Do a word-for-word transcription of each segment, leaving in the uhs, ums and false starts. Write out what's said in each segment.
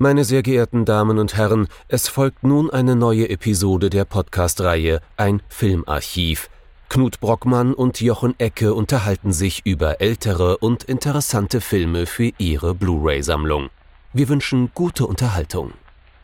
Meine sehr geehrten Damen und Herren, es folgt nun eine neue Episode der Podcast-Reihe Ein Filmarchiv. Knut Brockmann und Jochen Ecke unterhalten sich über ältere und interessante Filme für ihre Blu-ray-Sammlung. Wir wünschen gute Unterhaltung.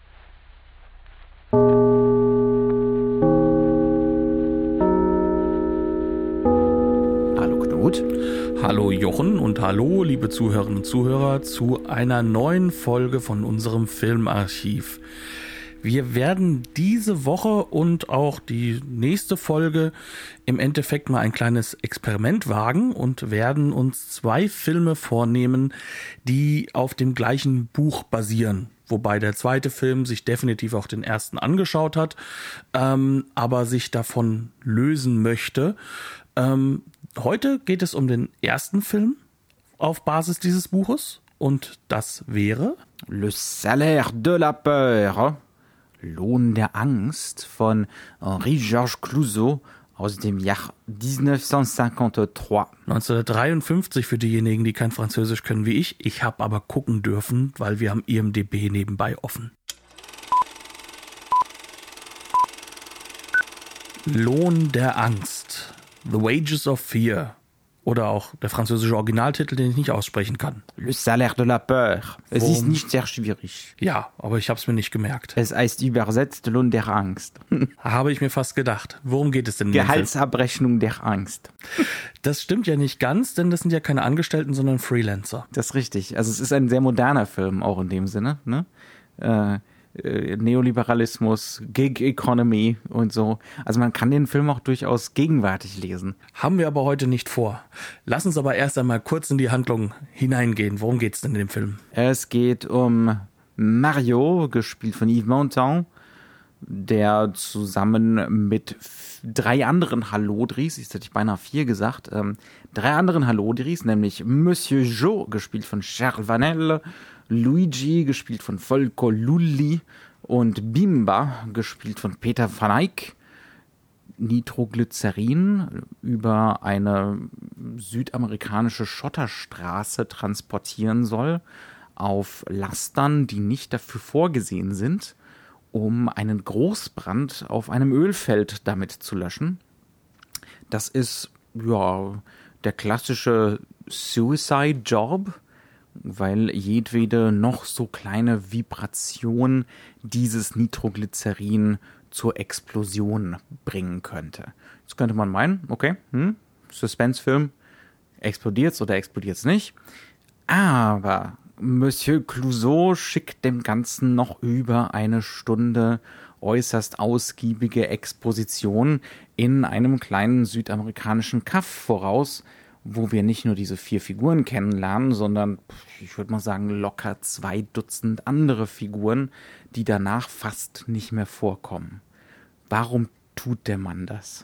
Hallo Knut. Hallo Jochen und hallo liebe Zuhörerinnen und Zuhörer zu einer neuen Folge von unserem Filmarchiv. Wir werden diese Woche und auch die nächste Folge im Endeffekt mal ein kleines Experiment wagen und werden uns zwei Filme vornehmen, die auf dem gleichen Buch basieren. Wobei der zweite Film sich definitiv auch den ersten angeschaut hat, ähm, aber sich davon lösen möchte. Ähm, heute geht es um den ersten Film auf Basis dieses Buches und das wäre Le Salaire de la Peur, Lohn der Angst von Henri-Georges Clouzot aus dem Jahr neunzehnhundertdreiundfünfzig. neunzehnhundertdreiundfünfzig für diejenigen, die kein Französisch können wie ich. Ich habe aber gucken dürfen, weil wir haben I M D B nebenbei offen. Lohn der Angst. The Wages of Fear. Oder auch der französische Originaltitel, den ich nicht aussprechen kann. Le Salaire de la Peur. Es Worum? ist nicht sehr schwierig. Ja, aber ich habe es mir nicht gemerkt. Es heißt übersetzt Lohn der Angst. Habe ich mir fast gedacht. Worum geht es denn in dem Film? Gehaltsabrechnung der Angst. Das stimmt ja nicht ganz, denn das sind ja keine Angestellten, sondern Freelancer. Das ist richtig. Also es ist ein sehr moderner Film, auch in dem Sinne. Ne? Äh, Neoliberalismus, Gig Economy und so. Also man kann den Film auch durchaus gegenwärtig lesen. Haben wir aber heute nicht vor. Lass uns aber erst einmal kurz in die Handlung hineingehen. Worum geht's denn in dem Film? Es geht um Mario, gespielt von Yves Montand, der zusammen mit drei anderen Hallodris, jetzt hätte ich beinahe vier gesagt, ähm, drei anderen Hallodris, nämlich Monsieur Jo, gespielt von Charles Vanel, Luigi, gespielt von Volko Lully und Bimba, gespielt von Peter van Eyck, Nitroglycerin über eine südamerikanische Schotterstraße transportieren soll, auf Lastern, die nicht dafür vorgesehen sind, um einen Großbrand auf einem Ölfeld damit zu löschen. Das ist, ja, der klassische Suicide Job, weil jedwede noch so kleine Vibration dieses Nitroglycerin zur Explosion bringen könnte. Jetzt könnte man meinen, okay, hm, Suspense-Film, explodiert's oder explodiert's nicht? Aber Monsieur Clouzot schickt dem Ganzen noch über eine Stunde äußerst ausgiebige Exposition in einem kleinen südamerikanischen Kaff voraus, wo wir nicht nur diese vier Figuren kennenlernen, sondern, ich würde mal sagen, locker zwei Dutzend andere Figuren, die danach fast nicht mehr vorkommen. Warum tut der Mann das?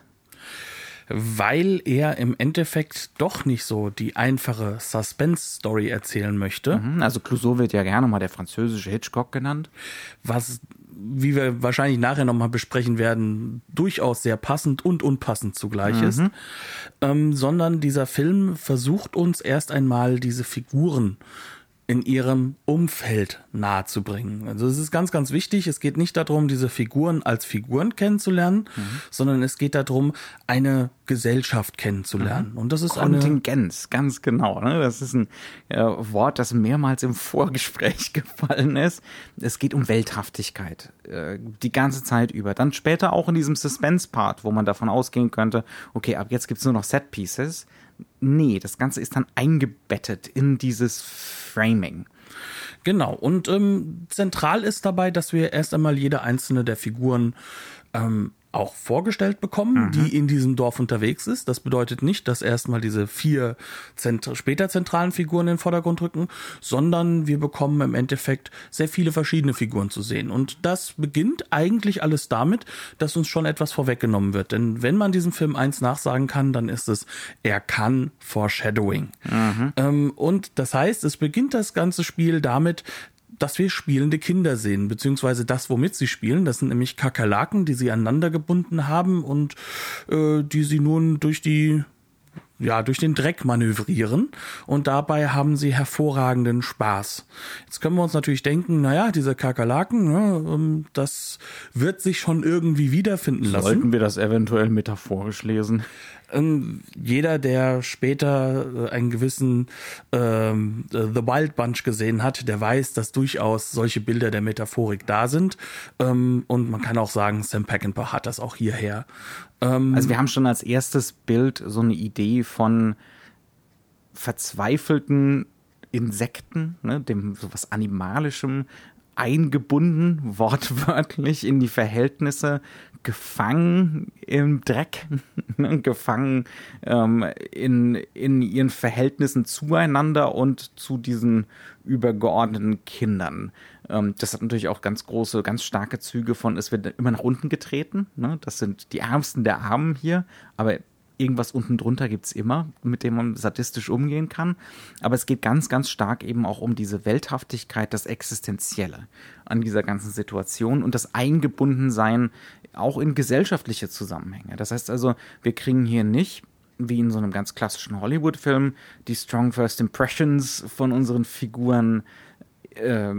Weil er im Endeffekt doch nicht so die einfache Suspense-Story erzählen möchte. Also Clouzot wird ja gerne mal der französische Hitchcock genannt. Was, wie wir wahrscheinlich nachher nochmal besprechen werden, durchaus sehr passend und unpassend zugleich mhm. ist. Ähm, sondern dieser Film versucht uns erst einmal diese Figuren in ihrem Umfeld nahezubringen. Also es ist ganz, ganz wichtig. Es geht nicht darum, diese Figuren als Figuren kennenzulernen, mhm. sondern es geht darum, eine Gesellschaft kennenzulernen. Mhm. Und das ist Kontingenz, eine ganz genau. Ne? Das ist ein äh, Wort, das mehrmals im Vorgespräch gefallen ist. Es geht um Welthaftigkeit äh, die ganze Zeit über. Dann später auch in diesem Suspense-Part, wo man davon ausgehen könnte, okay, ab jetzt gibt's nur noch Set-Pieces. Nee, das Ganze ist dann eingebettet in dieses Framing. Genau, und ähm, zentral ist dabei, dass wir erst einmal jede einzelne der Figuren ähm, auch vorgestellt bekommen, mhm. die in diesem Dorf unterwegs ist. Das bedeutet nicht, dass erstmal diese vier zent- später zentralen Figuren in den Vordergrund rücken, sondern wir bekommen im Endeffekt sehr viele verschiedene Figuren zu sehen. Und das beginnt eigentlich alles damit, dass uns schon etwas vorweggenommen wird. Denn wenn man diesem Film eins nachsagen kann, dann ist es, er kann Foreshadowing. Mhm. Ähm, und das heißt, es beginnt das ganze Spiel damit, dass wir spielende Kinder sehen, beziehungsweise das, womit sie spielen. Das sind nämlich Kakerlaken, die sie aneinander gebunden haben und äh, die sie nun durch die ja, durch den Dreck manövrieren und dabei haben sie hervorragenden Spaß. Jetzt können wir uns natürlich denken, naja, diese Kakerlaken, ne, das wird sich schon irgendwie wiederfinden lassen. Sollten wir das eventuell metaphorisch lesen? Ähm, jeder, der später äh, einen gewissen ähm, The Wild Bunch gesehen hat, der weiß, dass durchaus solche Bilder der Metaphorik da sind. Ähm, und man kann auch sagen, Sam Peckinpah hat das auch hierher. Ähm, also wir haben schon als erstes Bild so eine Idee von verzweifelten Insekten, ne, dem sowas Animalischem, eingebunden, wortwörtlich in die Verhältnisse, gefangen im Dreck, gefangen ähm, in, in ihren Verhältnissen zueinander und zu diesen übergeordneten Kindern. Ähm, das hat natürlich auch ganz große, ganz starke Züge von, es wird immer nach unten getreten. Ne? Das sind die Ärmsten der Armen hier, aber irgendwas unten drunter gibt's immer, mit dem man sadistisch umgehen kann. Aber es geht ganz, ganz stark eben auch um diese Welthaftigkeit, das Existenzielle an dieser ganzen Situation und das Eingebundensein auch in gesellschaftliche Zusammenhänge. Das heißt also, wir kriegen hier nicht, wie in so einem ganz klassischen Hollywood-Film, die Strong First Impressions von unseren Figuren äh,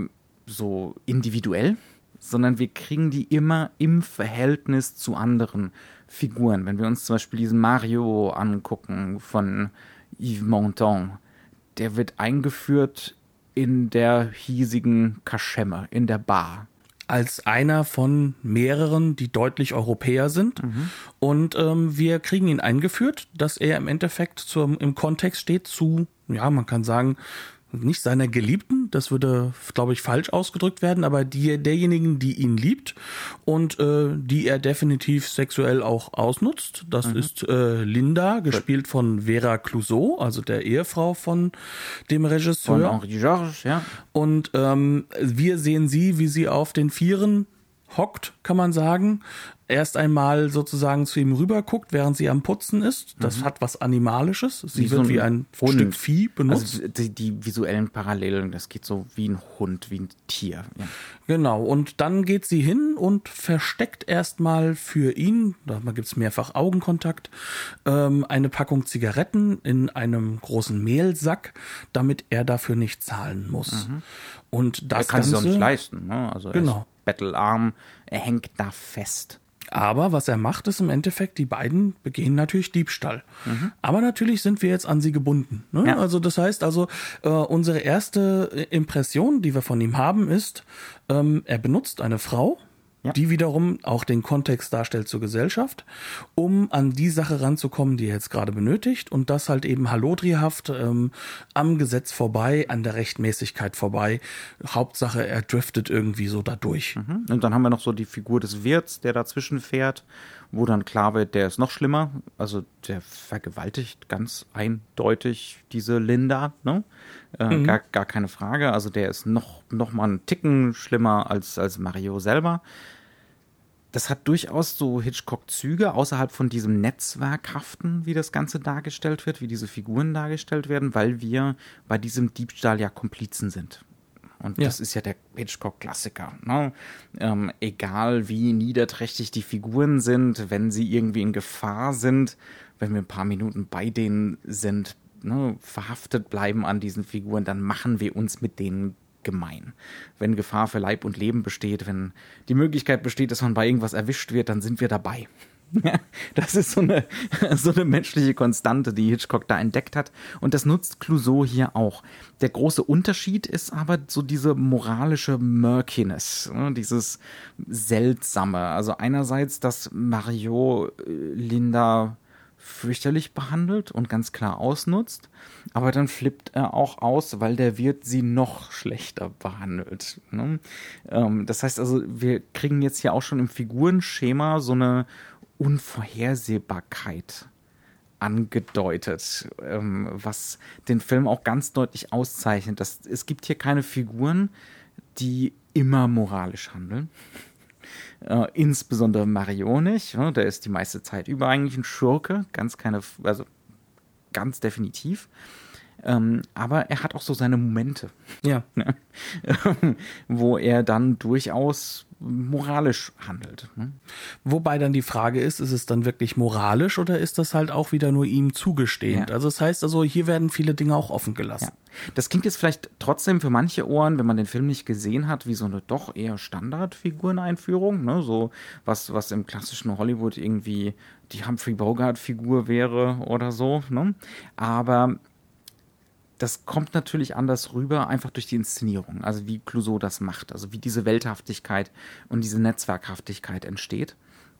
so individuell, sondern wir kriegen die immer im Verhältnis zu anderen Figuren. Wenn wir uns zum Beispiel diesen Mario angucken von Yves Montand, der wird eingeführt in der hiesigen Kaschemme, in der Bar. Als einer von mehreren, die deutlich Europäer sind. Mhm. Und ähm, wir kriegen ihn eingeführt, dass er im Endeffekt zum, im Kontext steht zu, ja, man kann sagen, nicht seiner Geliebten, das würde, glaube ich, falsch ausgedrückt werden, aber die, derjenigen, die ihn liebt und äh, die er definitiv sexuell auch ausnutzt. Das mhm. ist äh, Linda, gespielt von Vera Clouseau, also der Ehefrau von dem Regisseur. Von Henri Georges, ja. Und ähm, wir sehen sie, wie sie auf den Vieren hockt, kann man sagen, erst einmal sozusagen zu ihm rüber guckt, während sie am Putzen ist. Das mhm. hat was Animalisches. Sie wie wird so ein wie ein Hund. Stück Vieh benutzt. Also die, die visuellen Parallelen, das geht so wie ein Hund, wie ein Tier. Ja. Genau, und dann geht sie hin und versteckt erstmal für ihn, da gibt es mehrfach Augenkontakt, ähm, eine Packung Zigaretten in einem großen Mehlsack, damit er dafür nicht zahlen muss. Mhm. Und das er kann Ganze, es auch nicht leisten. Ne? Also er genau. ist bettelarm, er hängt da fest. Aber was er macht, ist im Endeffekt, die beiden begehen natürlich Diebstahl. Mhm. Aber natürlich sind wir jetzt an sie gebunden. Ne? Ja. Also das heißt also, äh, unsere erste Impression, die wir von ihm haben, ist, ähm, er benutzt eine Frau, ja. die wiederum auch den Kontext darstellt zur Gesellschaft, um an die Sache ranzukommen, die er jetzt gerade benötigt und das halt eben hallodriehaft ähm, am Gesetz vorbei, an der Rechtmäßigkeit vorbei. Hauptsache, er driftet irgendwie so da durch. Mhm. Und dann haben wir noch so die Figur des Wirts, der dazwischen fährt, wo dann klar wird, der ist noch schlimmer. Also der vergewaltigt ganz eindeutig diese Linda, ne? Äh, mhm. gar, gar keine Frage. Also der ist noch, noch mal einen Ticken schlimmer als, als Mario selber. Das hat durchaus so Hitchcock-Züge außerhalb von diesem Netzwerkhaften, wie das Ganze dargestellt wird, wie diese Figuren dargestellt werden, weil wir bei diesem Diebstahl ja Komplizen sind. Und ja. das ist ja der Hitchcock-Klassiker. Ne? Ähm, egal wie niederträchtig die Figuren sind, wenn sie irgendwie in Gefahr sind, wenn wir ein paar Minuten bei denen sind, ne, verhaftet bleiben an diesen Figuren, dann machen wir uns mit denen gemein. Wenn Gefahr für Leib und Leben besteht, wenn die Möglichkeit besteht, dass man bei irgendwas erwischt wird, dann sind wir dabei. Das ist so eine, so eine menschliche Konstante, die Hitchcock da entdeckt hat. Und das nutzt Clouseau hier auch. Der große Unterschied ist aber so diese moralische Murkiness, dieses Seltsame. Also einerseits, dass Mario Linda fürchterlich behandelt und ganz klar ausnutzt, aber dann flippt er auch aus, weil der Wirt sie noch schlechter behandelt. Ne? Ähm, das heißt also, wir kriegen jetzt hier auch schon im Figurenschema so eine Unvorhersehbarkeit angedeutet, ähm, was den Film auch ganz deutlich auszeichnet. Dass, es gibt hier keine Figuren, die immer moralisch handeln. Äh, insbesondere Mario nicht. Ne? Der ist die meiste Zeit über eigentlich ein Schurke, ganz keine, also ganz definitiv. Ähm, aber er hat auch so seine Momente. Ja. Wo er dann durchaus moralisch handelt. Ne? Wobei dann die Frage ist, ist es dann wirklich moralisch oder ist das halt auch wieder nur ihm zugestehend? Ja. Also das heißt also, hier werden viele Dinge auch offen gelassen. Ja. Das klingt jetzt vielleicht trotzdem für manche Ohren, wenn man den Film nicht gesehen hat, wie so eine doch eher Standardfigureneinführung, ne? So was, was im klassischen Hollywood irgendwie die Humphrey Bogart-Figur wäre oder so. Ne? Aber das kommt natürlich anders rüber, einfach durch die Inszenierung, also wie Clouseau das macht, also wie diese Welthaftigkeit und diese Netzwerkhaftigkeit entsteht.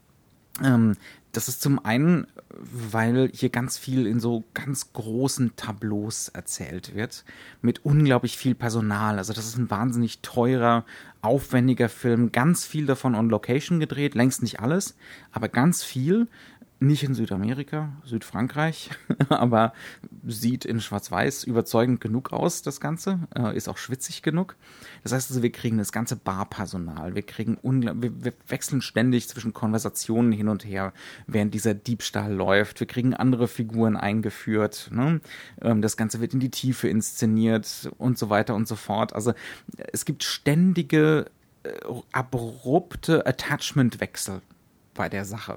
Ähm, das ist zum einen, weil hier ganz viel in so ganz großen Tableaus erzählt wird, mit unglaublich viel Personal. Also das ist ein wahnsinnig teurer, aufwendiger Film, ganz viel davon on Location gedreht, längst nicht alles, aber ganz viel. Nicht in Südamerika, Südfrankreich, aber sieht in Schwarz-Weiß überzeugend genug aus, das Ganze. Äh, ist auch schwitzig genug. Das heißt also, wir kriegen das ganze Barpersonal. Wir kriegen ungl- wir, wir wechseln ständig zwischen Konversationen hin und her, während dieser Diebstahl läuft. Wir kriegen andere Figuren eingeführt. Ne? Ähm, das Ganze wird in die Tiefe inszeniert und so weiter und so fort. Also es gibt ständige, äh, abrupte Attachmentwechsel bei der Sache.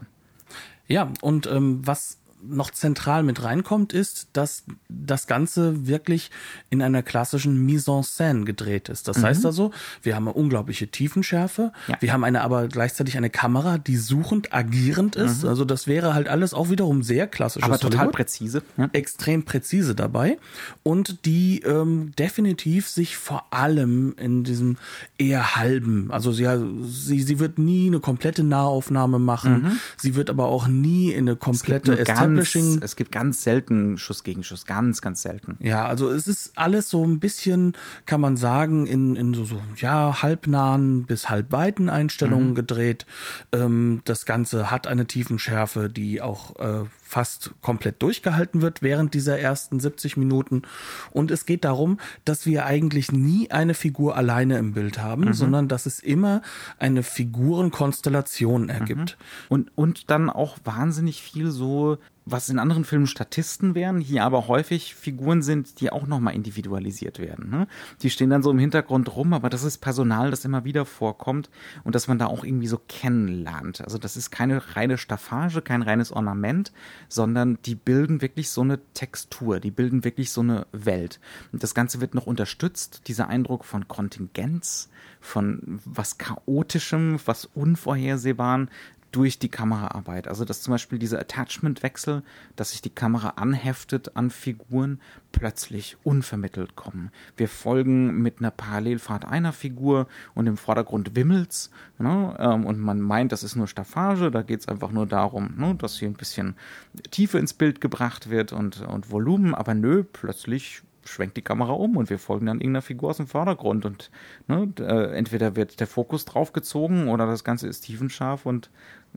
Ja, und ähm, was noch zentral mit reinkommt, ist, dass das Ganze wirklich in einer klassischen Mise en scène gedreht ist. Das mhm. heißt also, wir haben eine unglaubliche Tiefenschärfe, ja. wir haben eine aber gleichzeitig eine Kamera, die suchend, agierend ist. Mhm. Also das wäre halt alles auch wiederum sehr klassisches aber total Hollywood. Präzise. Ja. Extrem präzise dabei und die ähm, definitiv sich vor allem in diesem eher halben, also sie, sie, sie wird nie eine komplette Nahaufnahme machen, mhm. sie wird aber auch nie in eine komplette Establishing. Es gibt ganz selten Schuss gegen Schuss, ganz, ganz selten. Ja, also es ist alles so ein bisschen, kann man sagen, in, in so, so ja, halbnahen bis halbweiten Einstellungen mhm. gedreht. Ähm, das Ganze hat eine Tiefenschärfe, die auch äh, fast komplett durchgehalten wird während dieser ersten siebzig Minuten. Und es geht darum, dass wir eigentlich nie eine Figur alleine im Bild haben, mhm. sondern dass es immer eine Figurenkonstellation ergibt. Mhm. Und, und dann auch wahnsinnig viel so, was in anderen Filmen Statisten wären, hier aber häufig Figuren sind, die auch nochmal individualisiert werden. Ne? Die stehen dann so im Hintergrund rum, aber das ist Personal, das immer wieder vorkommt und das man da auch irgendwie so kennenlernt. Also das ist keine reine Staffage, kein reines Ornament, sondern die bilden wirklich so eine Textur, die bilden wirklich so eine Welt. Und das Ganze wird noch unterstützt, dieser Eindruck von Kontingenz, von was Chaotischem, was Unvorhersehbaren, durch die Kameraarbeit. Also dass zum Beispiel dieser Attachment-Wechsel, dass sich die Kamera anheftet an Figuren, plötzlich unvermittelt kommen. Wir folgen mit einer Parallelfahrt einer Figur und im Vordergrund wimmelt's. Ne? Und man meint, das ist nur Staffage, da geht's einfach nur darum, ne, dass hier ein bisschen Tiefe ins Bild gebracht wird und, und Volumen, aber nö, plötzlich schwenkt die Kamera um und wir folgen dann irgendeiner Figur aus dem Vordergrund und ne, entweder wird der Fokus draufgezogen oder das Ganze ist tiefenscharf und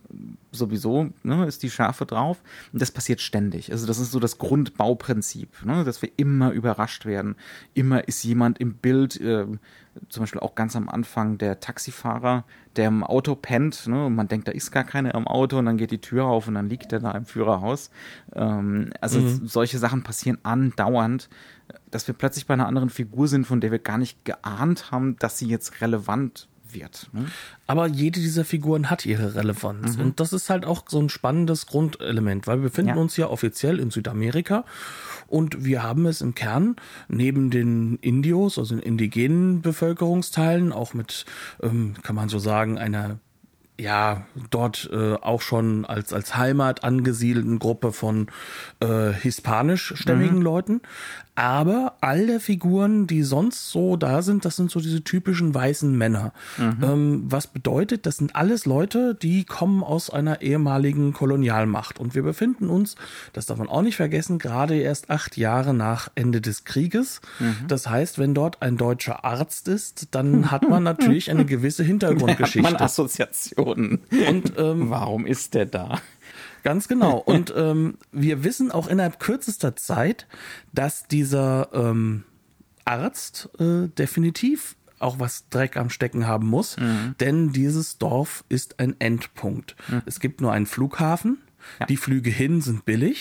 sowieso ne, ist die Schärfe drauf. Und das passiert ständig. Also das ist so das Grundbauprinzip, ne, dass wir immer überrascht werden. Immer ist jemand im Bild, äh, zum Beispiel auch ganz am Anfang der Taxifahrer, der im Auto pennt. Ne, und man denkt, da ist gar keiner im Auto und dann geht die Tür auf und dann liegt er da im Führerhaus. Ähm, also mhm. solche Sachen passieren andauernd, dass wir plötzlich bei einer anderen Figur sind, von der wir gar nicht geahnt haben, dass sie jetzt relevant wird. Ne? Aber jede dieser Figuren hat ihre Relevanz. Mhm. Und das ist halt auch so ein spannendes Grundelement, weil wir befinden ja. uns ja offiziell in Südamerika und wir haben es im Kern neben den Indios, also den indigenen Bevölkerungsteilen, auch mit, ähm, kann man so sagen, einer ja, dort äh, auch schon als als Heimat angesiedelten Gruppe von äh, hispanischstämmigen mhm. Leuten. Aber alle Figuren, die sonst so da sind, das sind so diese typischen weißen Männer. Mhm. Ähm, was bedeutet, das sind alles Leute, die kommen aus einer ehemaligen Kolonialmacht. Und wir befinden uns, das darf man auch nicht vergessen, gerade erst acht Jahre nach Ende des Krieges. Mhm. Das heißt, wenn dort ein deutscher Arzt ist, dann hat man natürlich eine gewisse Hintergrundgeschichte. Hat man Assoziationen. Und ähm, warum ist der da? Ganz genau. Und ähm, wir wissen auch innerhalb kürzester Zeit, dass dieser ähm, Arzt äh, definitiv auch was Dreck am Stecken haben muss, mhm. denn dieses Dorf ist ein Endpunkt. Mhm. Es gibt nur einen Flughafen, ja. Die Flüge hin sind billig,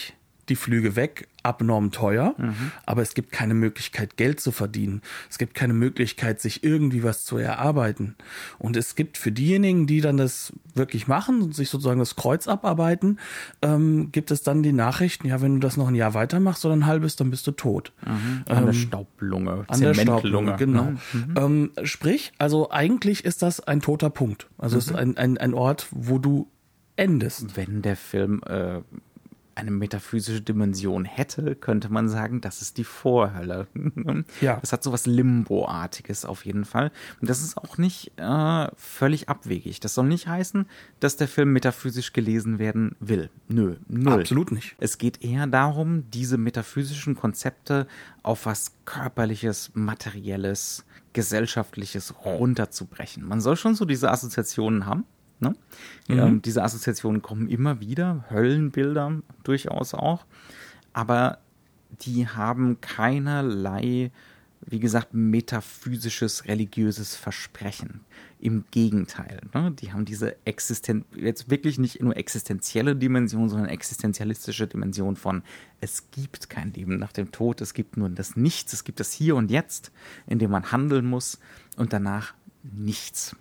die Flüge weg, abnorm teuer, mhm. aber es gibt keine Möglichkeit, Geld zu verdienen. Es gibt keine Möglichkeit, sich irgendwie was zu erarbeiten. Und es gibt für diejenigen, die dann das wirklich machen und sich sozusagen das Kreuz abarbeiten, ähm, gibt es dann die Nachrichten, ja, wenn du das noch ein Jahr weitermachst oder ein halbes, dann bist du tot. Mhm. An ähm, der Staublunge. An der Staublunge, genau. Mhm. Ähm, sprich, also eigentlich ist das ein toter Punkt. Also mhm. es ist ein, ein, ein Ort, wo du endest. Wenn der Film äh, eine metaphysische Dimension hätte, könnte man sagen, das ist die Vorhölle. Ja. Das hat so was Limbo-artiges auf jeden Fall. Und das ist auch nicht äh, völlig abwegig. Das soll nicht heißen, dass der Film metaphysisch gelesen werden will. Nö, null. Absolut nicht. Es geht eher darum, diese metaphysischen Konzepte auf was Körperliches, Materielles, Gesellschaftliches runterzubrechen. Man soll schon so diese Assoziationen haben. Ne? Mhm. Ähm, diese Assoziationen kommen immer wieder, Höllenbilder durchaus auch, aber die haben keinerlei, wie gesagt, metaphysisches, religiöses Versprechen. Im Gegenteil, ne? Die haben diese Existen- jetzt wirklich nicht nur existenzielle Dimension, sondern existenzialistische Dimension von, es gibt kein Leben nach dem Tod, es gibt nur das Nichts, es gibt das Hier und Jetzt, in dem man handeln muss und danach nichts.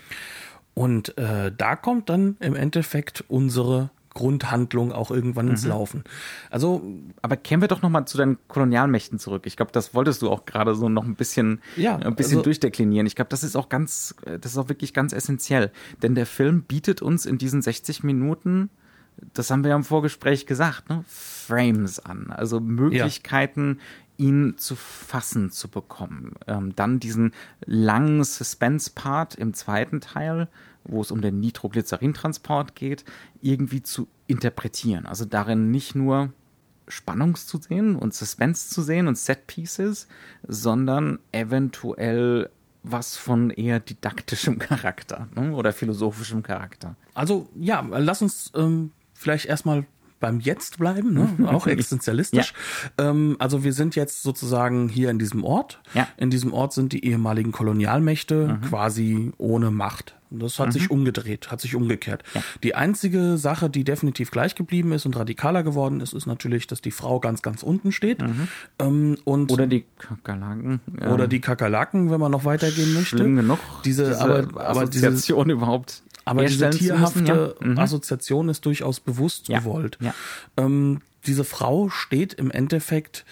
Und äh, da kommt dann im Endeffekt unsere Grundhandlung auch irgendwann ins Mhm. Laufen. Also, aber kehren wir doch nochmal zu deinen Kolonialmächten zurück. Ich glaube, das wolltest du auch gerade so noch ein bisschen, Ja, ein bisschen also- durchdeklinieren. Ich glaube, das ist auch ganz, das ist auch wirklich ganz essentiell. Denn der Film bietet uns in diesen sechzig Minuten, das haben wir ja im Vorgespräch gesagt, ne, Frames an. Also Möglichkeiten, ihn zu fassen zu bekommen. Ähm, dann diesen langen Suspense-Part im zweiten Teil, wo es um den Nitroglycerin-Transport geht, irgendwie zu interpretieren. Also darin nicht nur Spannung zu sehen und Suspense zu sehen und Set-Pieces, sondern eventuell was von eher didaktischem Charakter, ne? Oder philosophischem Charakter. also ja, lass uns ähm, vielleicht erstmal beim Jetzt bleiben, ne? Auch existenzialistisch. Ja. Ähm, also wir sind jetzt sozusagen hier in diesem Ort. Ja. In diesem Ort sind die ehemaligen Kolonialmächte mhm. quasi ohne Macht. Und das hat mhm. sich umgedreht, hat sich umgekehrt. Ja. Die einzige Sache, die definitiv gleich geblieben ist und radikaler geworden ist, ist natürlich, dass die Frau ganz, ganz unten steht. Mhm. Ähm, und oder die Kakerlaken. Ja. Oder die Kakerlaken, wenn man noch weitergehen möchte. Schlimm genug, diese, diese aber, aber Assoziation diese, überhaupt Aber diese tierhafte müssen, ja. mhm. Assoziation ist durchaus bewusst ja. gewollt. Ja. Ähm, diese Frau steht im Endeffekt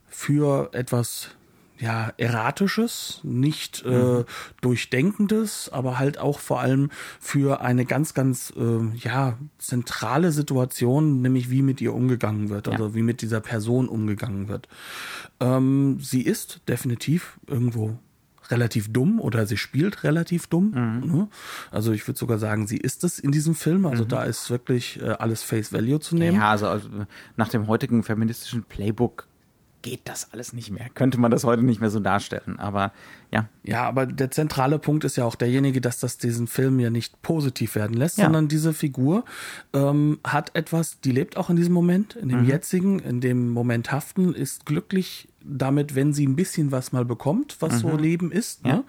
für etwas ja, Erratisches, nicht mhm. äh, Durchdenkendes, aber halt auch vor allem für eine ganz, ganz äh, ja, zentrale Situation, nämlich wie mit ihr umgegangen wird, also ja. wie mit dieser Person umgegangen wird. Ähm, sie ist definitiv irgendwo relativ dumm oder sie spielt relativ dumm. Mhm. Ne? Also ich würde sogar sagen, sie ist es in diesem Film. Also mhm. da ist wirklich äh, alles Face Value zu nehmen. Ja, also, also nach dem heutigen feministischen Playbook geht das alles nicht mehr. Könnte man das heute nicht mehr so darstellen. Aber ja. Ja, aber der zentrale Punkt ist ja auch derjenige, dass das diesen Film ja nicht positiv werden lässt, ja. sondern diese Figur ähm, hat etwas, die lebt auch in diesem Moment, in dem mhm. jetzigen, in dem Momenthaften, ist glücklich damit, wenn sie ein bisschen was mal bekommt, was mhm. so Leben ist. Ja. Ne?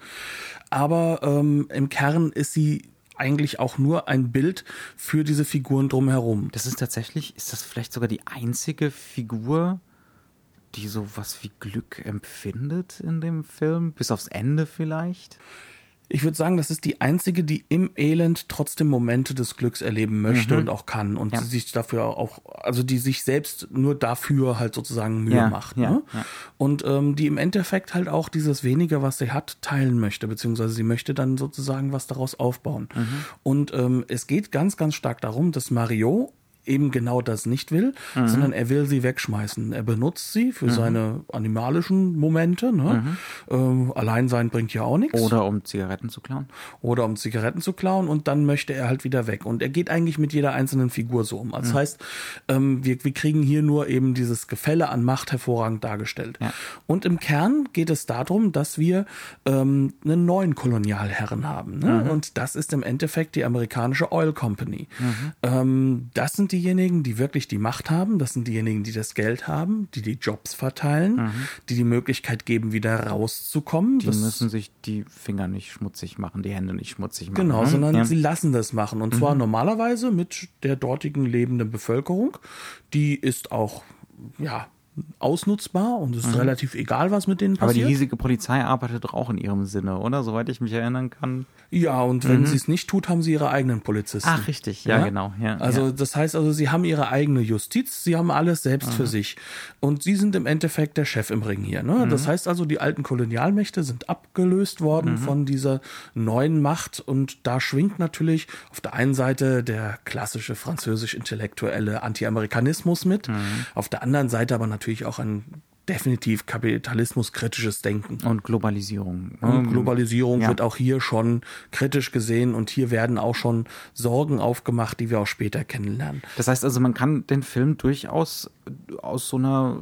Aber ähm, im Kern ist sie eigentlich auch nur ein Bild für diese Figuren drumherum. Das ist tatsächlich, ist das vielleicht sogar die einzige Figur, die so was wie Glück empfindet in dem Film? Bis aufs Ende vielleicht? Ich würde sagen, das ist die einzige, die im Elend trotzdem Momente des Glücks erleben möchte mhm. und auch kann. Und ja. sich dafür auch, also die sich selbst nur dafür halt sozusagen Mühe ja, macht. ja, ne? ja. Und ähm, die im Endeffekt halt auch dieses Wenige, was sie hat, teilen möchte. Beziehungsweise sie möchte dann sozusagen was daraus aufbauen. Mhm. Und ähm, es geht ganz, ganz stark darum, dass Mario eben genau das nicht will, mhm. sondern er will sie wegschmeißen. Er benutzt sie für mhm. seine animalischen Momente. Ne? Mhm. Äh, Alleinsein bringt ja auch nichts. Oder um Zigaretten zu klauen. Oder um Zigaretten zu klauen und dann möchte er halt wieder weg. Und er geht eigentlich mit jeder einzelnen Figur so um. Also mhm. das heißt, ähm, wir, wir kriegen hier nur eben dieses Gefälle an Macht hervorragend dargestellt. Ja. Und im Kern geht es darum, dass wir ähm, einen neuen Kolonialherren haben. Ne? Mhm. Und das ist im Endeffekt die amerikanische Oil Company. Mhm. Ähm, das sind die diejenigen, die wirklich die Macht haben, das sind diejenigen, die das Geld haben, die die Jobs verteilen, mhm. die die Möglichkeit geben, wieder rauszukommen. Die das müssen sich die Finger nicht schmutzig machen, die Hände nicht schmutzig machen. Genau, ne? sondern ja. sie lassen das machen. Und mhm. zwar normalerweise mit der dortigen lebenden Bevölkerung. Die ist auch ja, ausnutzbar und es ist mhm. relativ egal, was mit denen passiert. Aber die hiesige Polizei arbeitet doch auch in ihrem Sinne, oder? Soweit ich mich erinnern kann. Ja, und wenn mhm. sie es nicht tut, haben sie ihre eigenen Polizisten. Ach, richtig, ja, ja? genau. Ja, also ja. das heißt also, sie haben ihre eigene Justiz, sie haben alles selbst mhm. für sich. Und sie sind im Endeffekt der Chef im Ring hier. Ne? Mhm. Das heißt also, die alten Kolonialmächte sind abgelöst worden mhm. von dieser neuen Macht und da schwingt natürlich auf der einen Seite der klassische französisch-intellektuelle Anti-Amerikanismus mit, mhm. auf der anderen Seite aber natürlich auch ein definitiv kapitalismuskritisches Denken. Und Globalisierung. Und Globalisierung ja. wird auch hier schon kritisch gesehen und hier werden auch schon Sorgen aufgemacht, die wir auch später kennenlernen. Das heißt also, man kann den Film durchaus aus so einer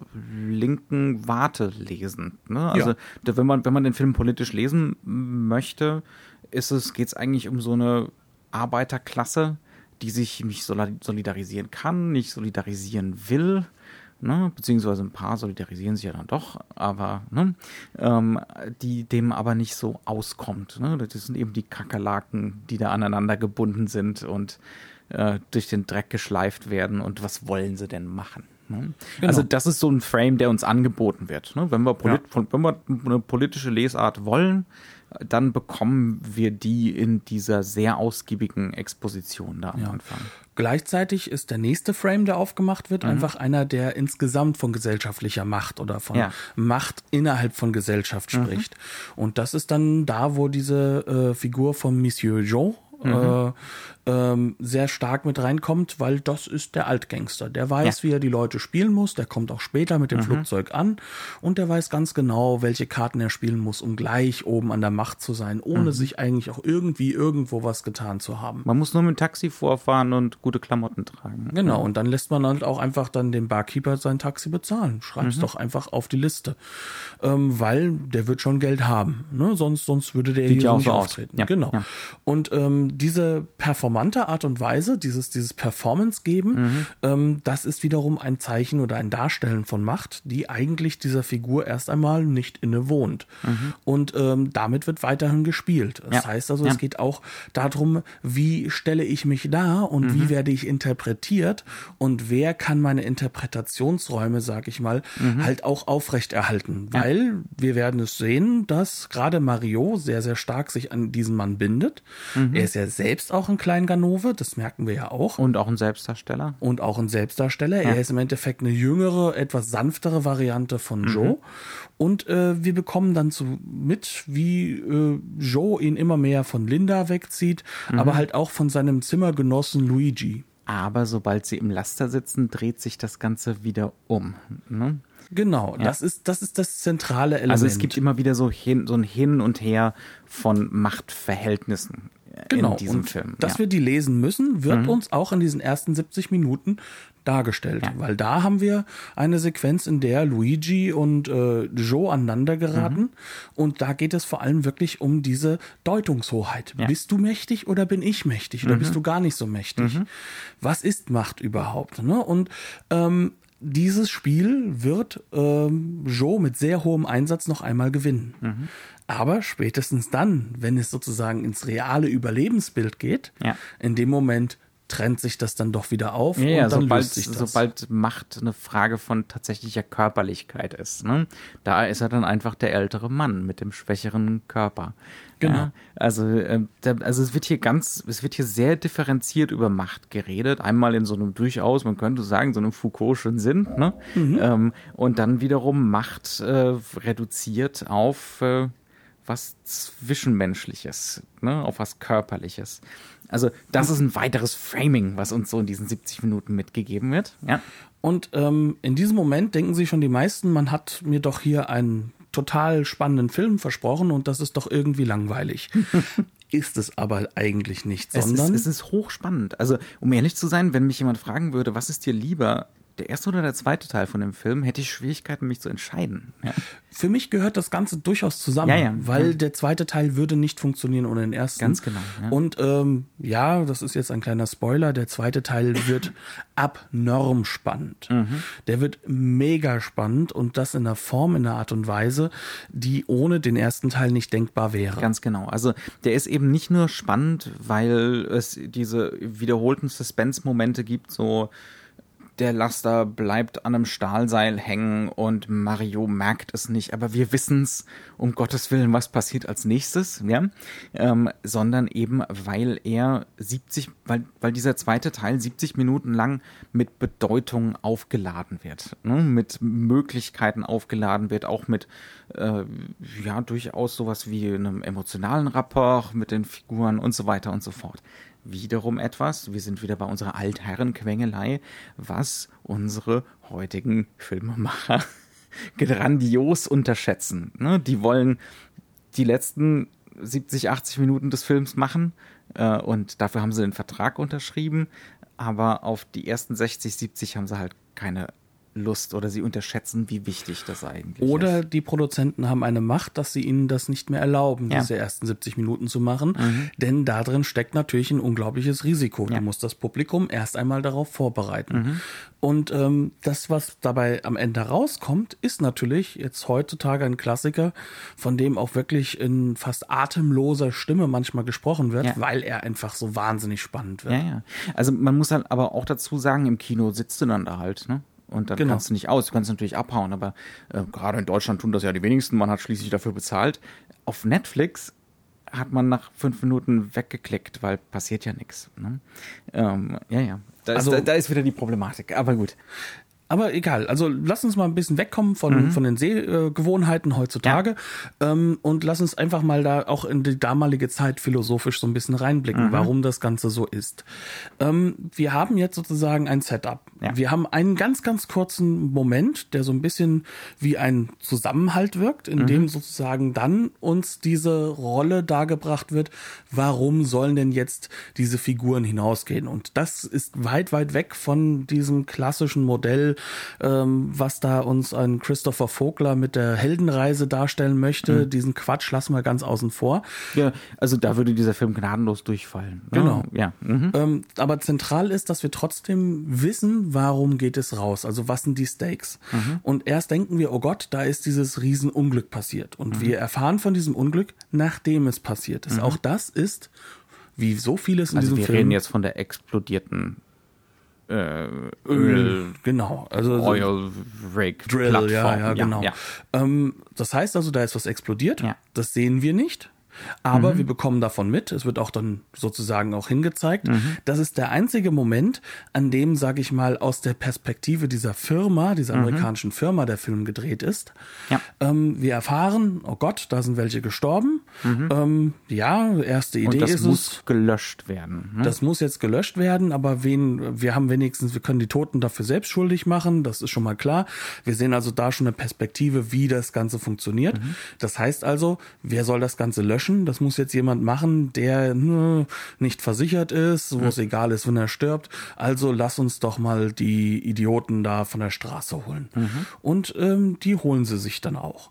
linken Warte lesen. Ne? Also ja. wenn man, wenn man den Film politisch lesen möchte, ist es, geht es eigentlich um so eine Arbeiterklasse, die sich nicht solidarisieren kann, nicht solidarisieren will. Ne, beziehungsweise ein paar solidarisieren sich ja dann doch, aber ne, ähm, die dem aber nicht so auskommt. Ne? Das sind eben die Kakerlaken, die da aneinander gebunden sind und äh, durch den Dreck geschleift werden. Und was wollen sie denn machen? Ne? Genau. Also das ist so ein Frame, der uns angeboten wird. Ne? Wenn wir polit- ja. wenn wir eine politische Lesart wollen, dann bekommen wir die in dieser sehr ausgiebigen Exposition da am ja. Anfang. Gleichzeitig ist der nächste Frame, der aufgemacht wird, mhm. einfach einer, der insgesamt von gesellschaftlicher Macht oder von ja. Macht innerhalb von Gesellschaft spricht. Mhm. Und das ist dann da, wo diese äh, Figur von Monsieur Joe Mhm. Äh, ähm, sehr stark mit reinkommt, weil das ist der Altgangster. Der weiß, ja. wie er die Leute spielen muss. Der kommt auch später mit dem mhm. Flugzeug an und der weiß ganz genau, welche Karten er spielen muss, um gleich oben an der Macht zu sein, ohne mhm. sich eigentlich auch irgendwie irgendwo was getan zu haben. Man muss nur mit dem Taxi vorfahren und gute Klamotten tragen. Genau, und dann lässt man halt auch einfach dann dem Barkeeper sein Taxi bezahlen. Schreib's mhm. doch einfach auf die Liste. Ähm, weil der wird schon Geld haben. Ne? Sonst, sonst würde der Sieht hier ja nicht so auftreten. Ja. Genau. Ja. Und ähm, diese performante Art und Weise, dieses, dieses Performance geben, mhm. ähm, das ist wiederum ein Zeichen oder ein Darstellen von Macht, die eigentlich dieser Figur erst einmal nicht innewohnt. Mhm. Und ähm, damit wird weiterhin gespielt. Das ja. heißt also, ja. es geht auch darum, wie stelle ich mich dar und mhm. wie werde ich interpretiert und wer kann meine Interpretationsräume, sag ich mal, mhm. halt auch aufrechterhalten. Ja. Weil wir werden es sehen, dass gerade Mario sehr, sehr stark sich an diesen Mann bindet. Mhm. Er ist ja selbst auch ein Kleinganove, das merken wir ja auch. Und auch ein Selbstdarsteller. Und auch ein Selbstdarsteller. Ja. Er ist im Endeffekt eine jüngere, etwas sanftere Variante von mhm. Joe. Und äh, wir bekommen dann so mit, wie äh, Joe ihn immer mehr von Linda wegzieht, mhm. aber halt auch von seinem Zimmergenossen Luigi. Aber sobald sie im Laster sitzen, dreht sich das Ganze wieder um. Ne? Genau, ja. das ist das ist das zentrale Element. Also es gibt immer wieder so, hin, so ein Hin und Her von Machtverhältnissen genau. in diesem und Film. Dass ja. wir die lesen müssen, wird mhm. uns auch in diesen ersten siebzig Minuten dargestellt. Ja. Weil da haben wir eine Sequenz, in der Luigi und äh, Joe aneinander geraten. Mhm. Und da geht es vor allem wirklich um diese Deutungshoheit. Ja. Bist du mächtig oder bin ich mächtig? Oder mhm. bist du gar nicht so mächtig? Mhm. Was ist Macht überhaupt? Ne? Und ähm, dieses Spiel wird ähm, Joe mit sehr hohem Einsatz noch einmal gewinnen. Mhm. Aber spätestens dann, wenn es sozusagen ins reale Überlebensbild geht, ja. in dem Moment trennt sich das dann doch wieder auf ja, und dann sobald, löst sich das. Sobald Macht eine Frage von tatsächlicher Körperlichkeit ist, ne? Da ist er dann einfach der ältere Mann mit dem schwächeren Körper. Genau. Ja, also, äh, da, also es wird hier ganz, es wird hier sehr differenziert über Macht geredet. Einmal in so einem durchaus, man könnte sagen, so einem Foucault'schen Sinn, ne? Mhm. Ähm, und dann wiederum Macht äh, reduziert auf äh, was Zwischenmenschliches, ne? Auf was Körperliches. Also das ist ein weiteres Framing, was uns so in diesen siebzig Minuten mitgegeben wird. Ja. Und ähm, in diesem Moment denken sich schon die meisten, man hat mir doch hier einen total spannenden Film versprochen und das ist doch irgendwie langweilig. Ist es aber eigentlich nicht, sondern... Es ist, es ist hochspannend. Also um ehrlich zu sein, wenn mich jemand fragen würde, was ist dir lieber, der erste oder der zweite Teil von dem Film, hätte ich Schwierigkeiten, mich zu entscheiden. Ja. Für mich gehört das Ganze durchaus zusammen, ja, ja, weil ja. der zweite Teil würde nicht funktionieren ohne den ersten. Ganz genau. Ja. Und ähm, ja, das ist jetzt ein kleiner Spoiler, der zweite Teil wird abnorm spannend. Mhm. Der wird mega spannend und das in einer Form, in einer Art und Weise, die ohne den ersten Teil nicht denkbar wäre. Ganz genau. Also der ist eben nicht nur spannend, weil es diese wiederholten Suspense-Momente gibt, so der Laster bleibt an einem Stahlseil hängen und Mario merkt es nicht, aber wir wissen's, um Gottes Willen, was passiert als nächstes, ja, ähm, sondern eben, weil er siebzig, weil, weil dieser zweite Teil siebzig Minuten lang mit Bedeutung aufgeladen wird, ne? Mit Möglichkeiten aufgeladen wird, auch mit, äh, ja, durchaus sowas wie einem emotionalen Rapport mit den Figuren und so weiter und so fort. Wiederum etwas, wir sind wieder bei unserer Altherrenquengelei, was unsere heutigen Filmemacher grandios unterschätzen. Ne? Die wollen die letzten siebzig, achtzig Minuten des Films machen äh, und dafür haben sie den Vertrag unterschrieben, aber auf die ersten sechzig, siebzig haben sie halt keine Lust oder sie unterschätzen, wie wichtig das eigentlich oder ist. Die Produzenten haben eine Macht, dass sie ihnen das nicht mehr erlauben, ja. diese ersten siebzig Minuten zu machen, mhm. denn da drin steckt natürlich ein unglaubliches Risiko. Ja. Du musst das Publikum erst einmal darauf vorbereiten. Mhm. Und ähm, das, was dabei am Ende rauskommt, ist natürlich jetzt heutzutage ein Klassiker, von dem auch wirklich in fast atemloser Stimme manchmal gesprochen wird, ja. weil er einfach so wahnsinnig spannend wird. Ja, ja. Also man muss halt aber auch dazu sagen, im Kino sitzt du dann da halt, ne? Und dann genau. kannst du nicht aus, du kannst natürlich abhauen, aber äh, gerade in Deutschland tun das ja die wenigsten, man hat schließlich dafür bezahlt. Auf Netflix hat man nach fünf Minuten weggeklickt, weil passiert ja nichts. Ne? Ähm, ja, ja, da ist, also, da, da ist wieder die Problematik, aber gut. Aber egal, also lass uns mal ein bisschen wegkommen von, mhm. von den Sehgewohnheiten heutzutage ja. ähm, und lass uns einfach mal da auch in die damalige Zeit philosophisch so ein bisschen reinblicken, mhm. warum das Ganze so ist. Ähm, wir haben jetzt sozusagen ein Setup. Ja. Wir haben einen ganz, ganz kurzen Moment, der so ein bisschen wie ein Zusammenhalt wirkt, in mhm. dem sozusagen dann uns diese Rolle dargebracht wird, warum sollen denn jetzt diese Figuren hinausgehen? Und das ist weit, weit weg von diesem klassischen Modell, Ähm, was da uns ein Christopher Vogler mit der Heldenreise darstellen möchte. Mhm. Diesen Quatsch lassen wir ganz außen vor. Ja, also da würde dieser Film gnadenlos durchfallen. Genau. Ja. Mhm. Ähm, aber zentral ist, dass wir trotzdem wissen, warum geht es raus? Also was sind die Stakes? Mhm. Und erst denken wir, oh Gott, da ist dieses Riesenunglück passiert. Und mhm. wir erfahren von diesem Unglück, nachdem es passiert ist. Mhm. Auch das ist, wie so vieles in also diesem wir Film. Wir reden jetzt von der explodierten Äh, Öl, Öl, genau, also Oil Rig Drill, Plattform. ja, ja, genau. Ja. Ähm, das heißt also, da ist was explodiert. Ja. Das sehen wir nicht. Aber mhm. wir bekommen davon mit, es wird auch dann sozusagen auch hingezeigt. Mhm. Das ist der einzige Moment, an dem, sage ich mal, aus der Perspektive dieser Firma, dieser mhm. amerikanischen Firma, der Film gedreht ist. Ja. Ähm, wir erfahren, oh Gott, da sind welche gestorben. Mhm. Ähm, ja, erste Idee Und das ist muss es, gelöscht werden. Ne? Das muss jetzt gelöscht werden, aber wen, wir haben wenigstens, wir können die Toten dafür selbst schuldig machen, das ist schon mal klar. Wir sehen also da schon eine Perspektive, wie das Ganze funktioniert. Mhm. Das heißt also, wer soll das Ganze löschen? Das muss jetzt jemand machen, der ne, nicht versichert ist, wo mhm. es egal ist, wenn er stirbt. Also lass uns doch mal die Idioten da von der Straße holen. Mhm. Und ähm, die holen sie sich dann auch.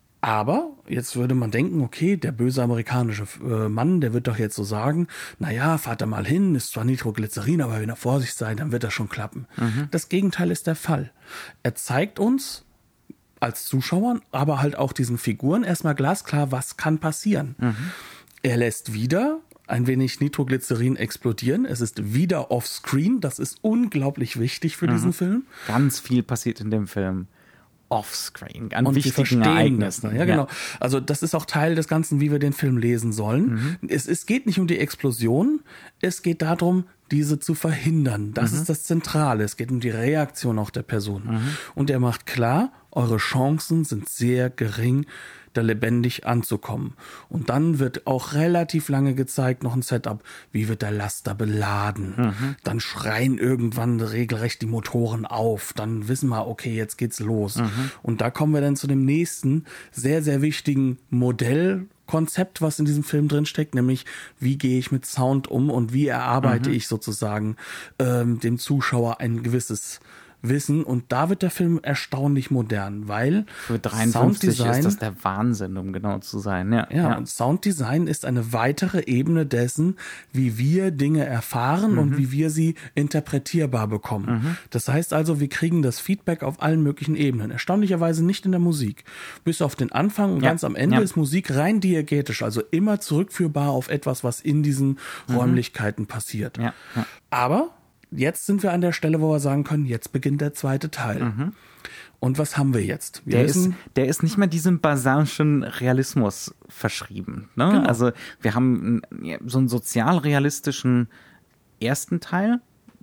Aber jetzt würde man denken, okay, der böse amerikanische äh, Mann, der wird doch jetzt so sagen, naja, fahrt da mal hin, ist zwar Nitroglycerin, aber wenn er vorsichtig sein, dann wird das schon klappen. Mhm. Das Gegenteil ist der Fall. Er zeigt uns als Zuschauern, aber halt auch diesen Figuren erstmal glasklar, was kann passieren. Mhm. Er lässt wieder ein wenig Nitroglycerin explodieren. Es ist wieder offscreen. Das ist unglaublich wichtig für mhm. diesen Film. Ganz viel passiert in dem Film offscreen, an und wichtigen Ereignissen. Ja, genau. Also das ist auch Teil des Ganzen, wie wir den Film lesen sollen. Mhm. Es, es geht nicht um die Explosion, es geht darum, diese zu verhindern. Das mhm. ist das Zentrale. Es geht um die Reaktion auch der Person. Mhm. Und er macht klar, eure Chancen sind sehr gering, da lebendig anzukommen. Und dann wird auch relativ lange gezeigt, noch ein Setup, wie wird der Laster beladen. Mhm. Dann schreien irgendwann regelrecht die Motoren auf. Dann wissen wir, okay, jetzt geht's los. Mhm. Und da kommen wir dann zu dem nächsten sehr, sehr wichtigen Modell, Konzept, was in diesem Film drin steckt, nämlich wie gehe ich mit Sound um und wie erarbeite mhm. ich sozusagen ähm, dem Zuschauer ein gewisses Wissen. Und da wird der Film erstaunlich modern, weil für dreiundfünfzig Sounddesign, ist das der Wahnsinn, um genau zu sein. Ja, ja, ja. Und Sounddesign ist eine weitere Ebene dessen, wie wir Dinge erfahren mhm. und wie wir sie interpretierbar bekommen. Mhm. Das heißt also, wir kriegen das Feedback auf allen möglichen Ebenen. Erstaunlicherweise nicht in der Musik. Bis auf den Anfang und ja. ganz am Ende ja. ist Musik rein diegetisch, also immer zurückführbar auf etwas, was in diesen mhm. Räumlichkeiten passiert. Ja. Ja. Aber jetzt sind wir an der Stelle, wo wir sagen können, jetzt beginnt der zweite Teil. Mhm. Und was haben wir jetzt? Wir der, wissen, ist, der ist nicht mehr diesem Basinschen Realismus verschrieben. Ne? Genau. Also wir haben so einen sozialrealistischen ersten Teil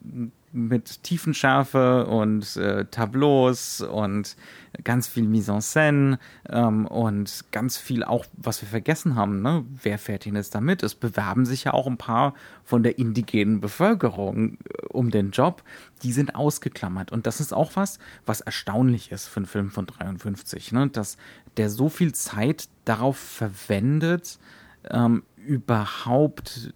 mit Tiefenschärfe und äh, Tableaus und ganz viel Mise en Scène ähm, und ganz viel auch, was wir vergessen haben, ne? Wer fährt denn jetzt damit? Es bewerben sich ja auch ein paar von der indigenen Bevölkerung äh, um den Job. Die sind ausgeklammert. Und das ist auch was, was erstaunlich ist für einen Film von dreiundfünfzig, ne? Dass der so viel Zeit darauf verwendet, ähm, überhaupt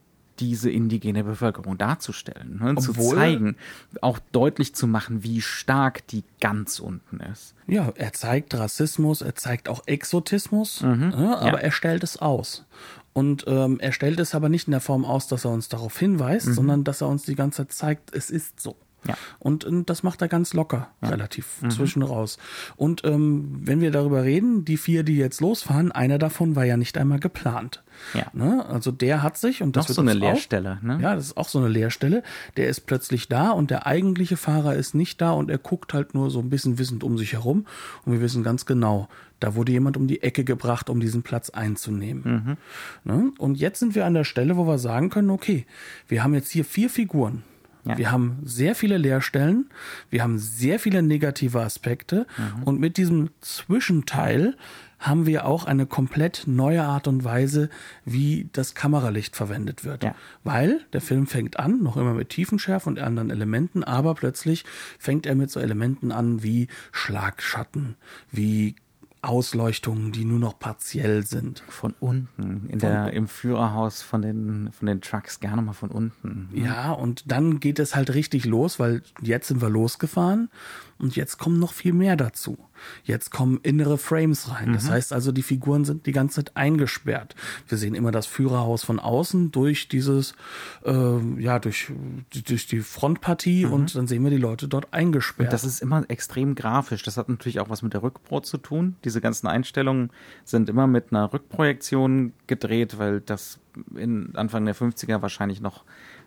diese indigene Bevölkerung darzustellen, ne? Zu zeigen, auch deutlich zu machen, wie stark die ganz unten ist. Ja, er zeigt Rassismus, er zeigt auch Exotismus, mhm, ne? Aber ja. er stellt es aus. Und ähm, er stellt es aber nicht in der Form aus, dass er uns darauf hinweist, mhm. sondern dass er uns die ganze Zeit zeigt, es ist so. Ja. Und, und das macht er ganz locker, ja. relativ mhm. zwischen raus. Und ähm, wenn wir darüber reden, die vier, die jetzt losfahren, einer davon war ja nicht einmal geplant. Ja. Ne? Also der hat sich, und das Noch wird so eine auch, Leerstelle. Ne? Ja, das ist auch so eine Leerstelle. Der ist plötzlich da und der eigentliche Fahrer ist nicht da und er guckt halt nur so ein bisschen wissend um sich herum. Und wir wissen ganz genau, da wurde jemand um die Ecke gebracht, um diesen Platz einzunehmen. Mhm. Ne? Und jetzt sind wir an der Stelle, wo wir sagen können, okay, wir haben jetzt hier vier Figuren. Ja. Wir haben sehr viele Leerstellen, wir haben sehr viele negative Aspekte mhm. und mit diesem Zwischenteil haben wir auch eine komplett neue Art und Weise, wie das Kameralicht verwendet wird. Ja. Weil der Film fängt an, noch immer mit Tiefenschärfe und anderen Elementen, aber plötzlich fängt er mit so Elementen an wie Schlagschatten, wie Ausleuchtungen, die nur noch partiell sind. Von unten, in von, der, im Führerhaus von den, von den Trucks, gerne mal von unten. Ne? Ja, und dann geht es halt richtig los, weil jetzt sind wir losgefahren und jetzt kommen noch viel mehr dazu. Jetzt kommen innere Frames rein. Mhm. Das heißt also, die Figuren sind die ganze Zeit eingesperrt. Wir sehen immer das Führerhaus von außen durch dieses, äh, ja, durch, durch die Frontpartie mhm. und dann sehen wir die Leute dort eingesperrt. Und das ist immer extrem grafisch. Das hat natürlich auch was mit der Rückpro zu tun. Diese ganzen Einstellungen sind immer mit einer Rückprojektion gedreht, weil das in Anfang der fünfziger wahrscheinlich noch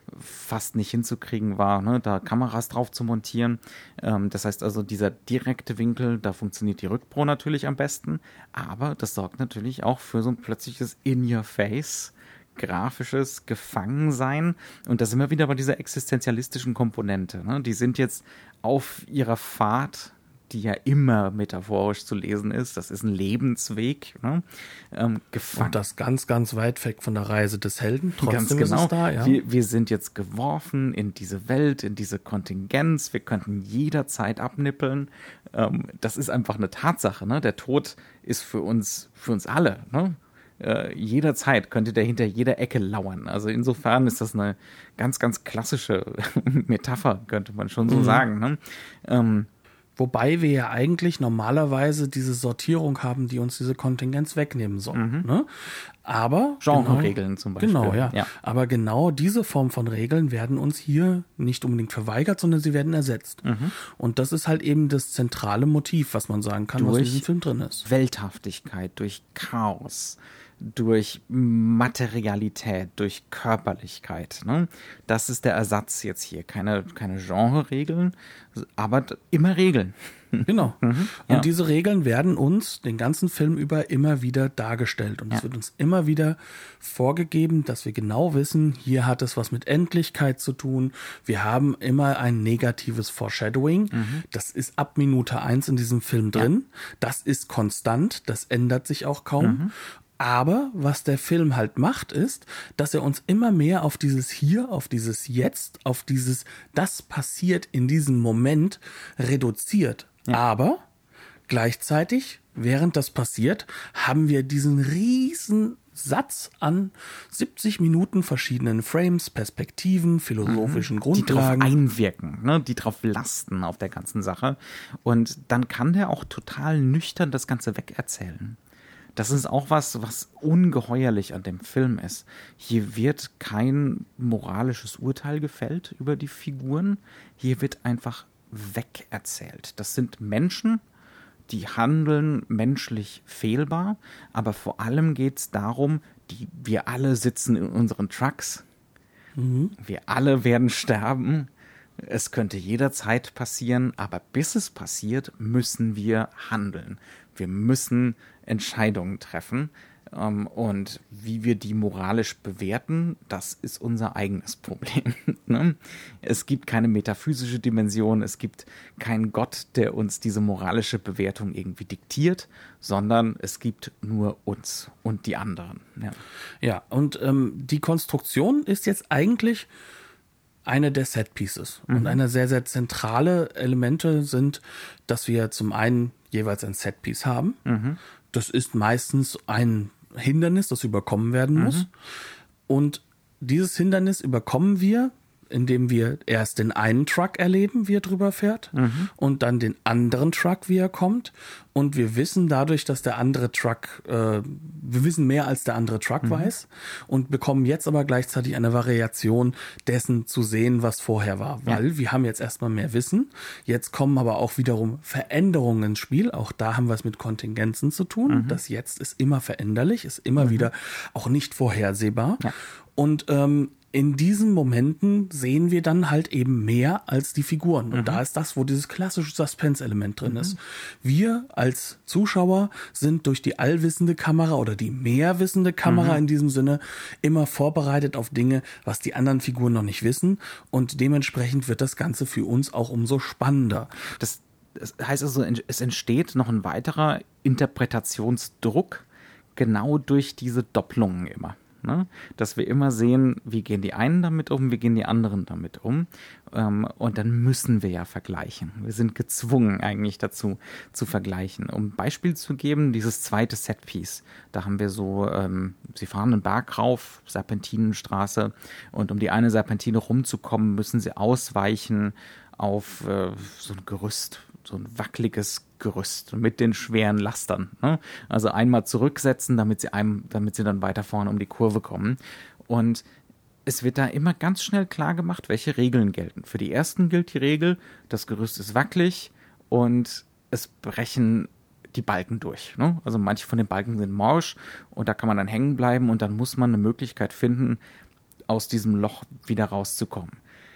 fast nicht hinzukriegen war, ne, da Kameras drauf zu montieren. Ähm, das heißt also, dieser direkte Winkel, da funktioniert die Rückpro natürlich am besten, aber das sorgt natürlich auch für so ein plötzliches In-Your-Face, grafisches Gefangensein. Und da sind wir wieder bei dieser existenzialistischen Komponente. Ne? Die sind jetzt auf ihrer Fahrt, die ja immer metaphorisch zu lesen ist, das ist ein Lebensweg, ne? ähm, gefangen. Und das ganz, ganz weit weg von der Reise des Helden. Trotzdem ganz genau. Ist es da, ja. wir, wir sind jetzt geworfen in diese Welt, in diese Kontingenz, wir könnten jederzeit abnippeln. Ähm, das ist einfach eine Tatsache, ne? Der Tod ist für uns, für uns alle, ne? Äh, jederzeit könnte der hinter jeder Ecke lauern. Also insofern ist das eine ganz, ganz klassische Metapher, könnte man schon so mhm. sagen, ne? Ähm, Wobei wir ja eigentlich normalerweise diese Sortierung haben, die uns diese Kontingenz wegnehmen soll. Mhm. Ne? Aber Genre-Regeln genau, zum Beispiel. Genau, ja. ja. Aber genau diese Form von Regeln werden uns hier nicht unbedingt verweigert, sondern sie werden ersetzt. Mhm. Und das ist halt eben das zentrale Motiv, was man sagen kann, durch was in diesem Film drin ist. Welthaftigkeit, durch Chaos, durch Materialität, durch Körperlichkeit. Ne? Das ist der Ersatz jetzt hier. Keine, keine Genre-Regeln, aber immer Regeln. Genau. Mhm, und ja. diese Regeln werden uns den ganzen Film über immer wieder dargestellt. Und es ja. wird uns immer wieder vorgegeben, dass wir genau wissen, hier hat es was mit Endlichkeit zu tun. Wir haben immer ein negatives Foreshadowing. Mhm. Das ist ab Minute eins in diesem Film drin. Ja. Das ist konstant. Das ändert sich auch kaum. Mhm. Aber was der Film halt macht, ist, dass er uns immer mehr auf dieses Hier, auf dieses Jetzt, auf dieses Das passiert in diesem Moment reduziert. Ja. Aber gleichzeitig, während das passiert, haben wir diesen riesen Satz an siebzig Minuten verschiedenen Frames, Perspektiven, philosophischen mhm. Grundlagen. Die drauf einwirken, ne? Die drauf lasten auf der ganzen Sache. Und dann kann der auch total nüchtern das Ganze wegerzählen. Das ist auch was, was ungeheuerlich an dem Film ist. Hier wird kein moralisches Urteil gefällt über die Figuren. Hier wird einfach wegerzählt. Das sind Menschen, die handeln menschlich fehlbar, aber vor allem geht es darum, die, wir alle sitzen in unseren Trucks Mhm. Wir alle werden sterben. Es könnte jederzeit passieren, aber bis es passiert, müssen wir handeln. Wir müssen Entscheidungen treffen. Und wie wir die moralisch bewerten, das ist unser eigenes Problem. Es gibt keine metaphysische Dimension, es gibt keinen Gott, der uns diese moralische Bewertung irgendwie diktiert, sondern es gibt nur uns und die anderen. Ja, ja und ähm, die Konstruktion ist jetzt eigentlich eine der Set-Pieces. Mhm. Und eine sehr, sehr zentrale Elemente sind, dass wir zum einen jeweils ein Set-Piece haben. Mhm. Das ist meistens ein Hindernis, das überkommen werden muss. Mhm. Und dieses Hindernis überkommen wir, indem wir erst den einen Truck erleben, wie er drüber fährt, mhm. und dann den anderen Truck, wie er kommt. Und wir wissen dadurch, dass der andere Truck, äh, wir wissen mehr als der andere Truck mhm. weiß und bekommen jetzt aber gleichzeitig eine Variation dessen zu sehen, was vorher war. Weil ja. wir haben jetzt erstmal mehr Wissen. Jetzt kommen aber auch wiederum Veränderungen ins Spiel. Auch da haben wir es mit Kontingenzen zu tun. Mhm. Das Jetzt ist immer veränderlich, ist immer mhm. wieder auch nicht vorhersehbar. Ja. Und ähm, in diesen Momenten sehen wir dann halt eben mehr als die Figuren. Und mhm. da ist das, wo dieses klassische Suspense-Element drin mhm. ist. Wir als Zuschauer sind durch die allwissende Kamera oder die mehrwissende Kamera mhm. in diesem Sinne immer vorbereitet auf Dinge, was die anderen Figuren noch nicht wissen. Und dementsprechend wird das Ganze für uns auch umso spannender. Das, das heißt also, es entsteht noch ein weiterer Interpretationsdruck genau durch diese Doppelungen immer. Ne? Dass wir immer sehen, wie gehen die einen damit um, wie gehen die anderen damit um. Ähm, und dann müssen wir ja vergleichen. Wir sind gezwungen eigentlich dazu zu vergleichen. Um ein Beispiel zu geben, dieses zweite Setpiece, da haben wir so, ähm, sie fahren einen Berg rauf, Serpentinenstraße, und um die eine Serpentine rumzukommen, müssen sie ausweichen auf äh, so ein Gerüst, so ein wackeliges Gerüst mit den schweren Lastern. Ne? Also einmal zurücksetzen, damit sie, einem, damit sie dann weiter vorne um die Kurve kommen. Und es wird da immer ganz schnell klar gemacht, welche Regeln gelten. Für die ersten gilt die Regel, das Gerüst ist wackelig und es brechen die Balken durch. Ne? Also manche von den Balken sind morsch und da kann man dann hängen bleiben und dann muss man eine Möglichkeit finden, aus diesem Loch wieder rauszukommen.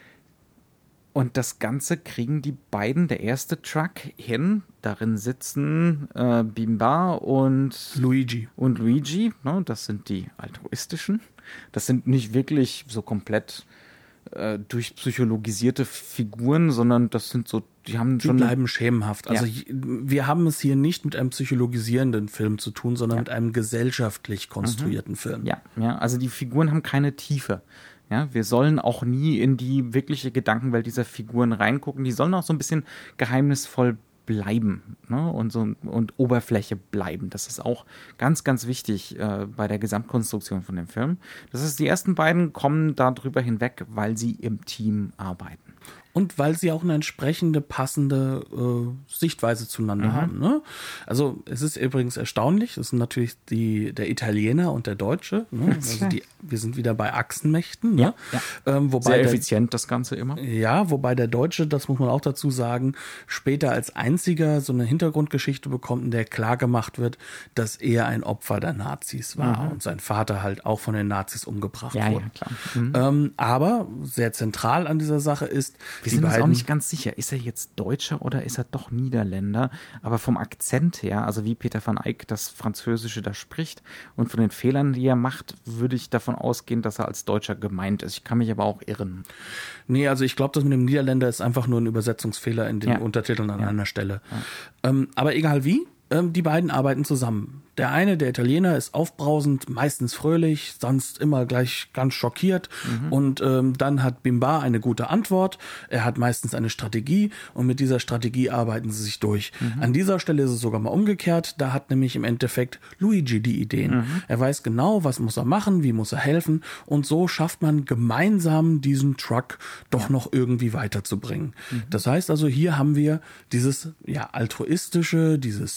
Und das Ganze kriegen die beiden, der erste Truck, hin. Darin sitzen äh, Bimba und Luigi. Und Luigi, ne? Das sind die altruistischen. Das sind nicht wirklich so komplett äh, durchpsychologisierte Figuren, sondern das sind so, die haben schon... Die bleiben schemenhaft. Also ja. wir haben es hier nicht mit einem psychologisierenden Film zu tun, sondern ja. mit einem gesellschaftlich konstruierten mhm. Film. Ja, ja, also die Figuren haben keine Tiefe. Ja, wir sollen auch nie in die wirkliche Gedankenwelt dieser Figuren reingucken. Die sollen auch so ein bisschen geheimnisvoll bleiben, ne? und, so, und Oberfläche bleiben. Das ist auch ganz, ganz wichtig äh, bei der Gesamtkonstruktion von dem Film. Das ist, die ersten beiden kommen darüber hinweg, weil sie im Team arbeiten. Und weil sie auch eine entsprechende, passende äh, Sichtweise zueinander mhm. haben. Ne? Also es ist übrigens erstaunlich, das sind natürlich die, der Italiener und der Deutsche. Ne? Also die, wir sind wieder bei Achsenmächten. Ja, ne? ja. Ähm, wobei Sehr der, effizient das Ganze immer. Ja, wobei der Deutsche, das muss man auch dazu sagen, später als einziger so eine Hintergrundgeschichte bekommt, in der klar gemacht wird, dass er ein Opfer der Nazis war mhm. und sein Vater halt auch von den Nazis umgebracht ja, wurde. Ja, klar. Mhm. Ähm, aber sehr zentral an dieser Sache ist, wir sind uns auch nicht ganz sicher, ist er jetzt Deutscher oder ist er doch Niederländer? Aber vom Akzent her, also wie Peter van Eyck das Französische da spricht und von den Fehlern, die er macht, würde ich davon ausgehen, dass er als Deutscher gemeint ist. Ich kann mich aber auch irren. Nee, also ich glaube, das mit dem Niederländer ist einfach nur ein Übersetzungsfehler in den ja. Untertiteln an ja. einer Stelle. Ja. Ähm, aber egal wie, ähm, die beiden arbeiten zusammen. Der eine, der Italiener, ist aufbrausend, meistens fröhlich, sonst immer gleich ganz schockiert. Mhm. Und ähm, dann hat Bimba eine gute Antwort. Er hat meistens eine Strategie und mit dieser Strategie arbeiten sie sich durch. Mhm. An dieser Stelle ist es sogar mal umgekehrt. Da hat nämlich im Endeffekt Luigi die Ideen. Mhm. Er weiß genau, was muss er machen, wie muss er helfen. Und so schafft man gemeinsam diesen Truck doch ja. noch irgendwie weiterzubringen. Mhm. Das heißt also, hier haben wir dieses ja altruistische, dieses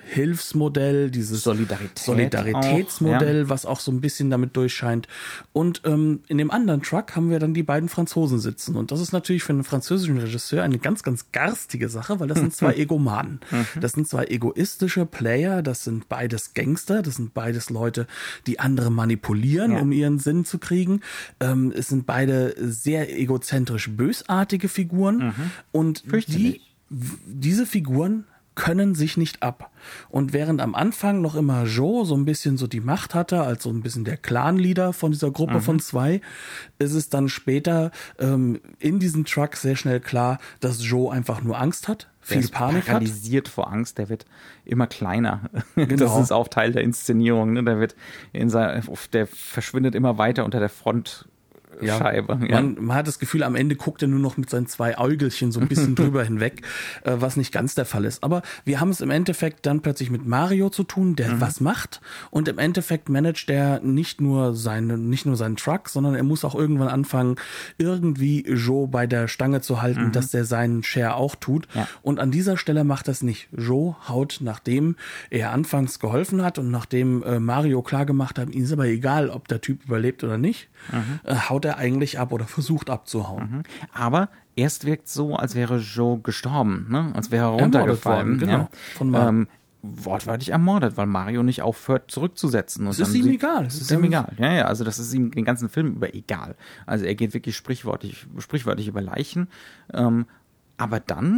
Hilfsmodell, dieses Solidarität Solidaritätsmodell, auch, ja. was auch so ein bisschen damit durchscheint. Und ähm, in dem anderen Truck haben wir dann die beiden Franzosen sitzen. Und das ist natürlich für einen französischen Regisseur eine ganz, ganz garstige Sache, weil das sind zwei Egomanen. Das sind zwei egoistische Player, das sind beides Gangster, das sind beides Leute, die andere manipulieren, ja. um ihren Sinn zu kriegen. Ähm, es sind beide sehr egozentrisch bösartige Figuren. Mhm. Und die, diese Figuren können sich nicht ab. Und während am Anfang noch immer Joe so ein bisschen so die Macht hatte, als so ein bisschen der Clan-Leader von dieser Gruppe mhm. von zwei, ist es dann später ähm, in diesem Truck sehr schnell klar, dass Joe einfach nur Angst hat, viel der ist Panik paralysiert hat. vor Angst, der wird immer kleiner. Genau. Das ist auch Teil der Inszenierung. Ne? Der wird in sein, der verschwindet immer weiter unter der Front. Ja, Scheibe. Ja. Man, man hat das Gefühl, am Ende guckt er nur noch mit seinen zwei Äugelchen so ein bisschen drüber hinweg, äh, was nicht ganz der Fall ist. Aber wir haben es im Endeffekt dann plötzlich mit Mario zu tun, der mhm. was macht. Und im Endeffekt managt er nicht nur seine, nicht nur seinen Truck, sondern er muss auch irgendwann anfangen, irgendwie Joe bei der Stange zu halten, mhm. dass der seinen Share auch tut. Ja. Und an dieser Stelle macht das nicht. Joe haut, nachdem er anfangs geholfen hat und nachdem äh, Mario klargemacht hat, ihm ist aber egal, ob der Typ überlebt oder nicht, mhm. äh, haut er eigentlich ab oder versucht abzuhauen. Mhm. Aber erst wirkt so, als wäre Joe gestorben, ne? Als wäre er runtergefallen. Genau. Ja? Von ähm, wortwörtlich ermordet, weil Mario nicht aufhört zurückzusetzen. Es ist ihm egal. Es ist ihm egal. Ja, ja, also das ist ihm den ganzen Film über egal. Also er geht wirklich sprichwörtlich, sprichwörtlich über Leichen. Ähm, aber dann,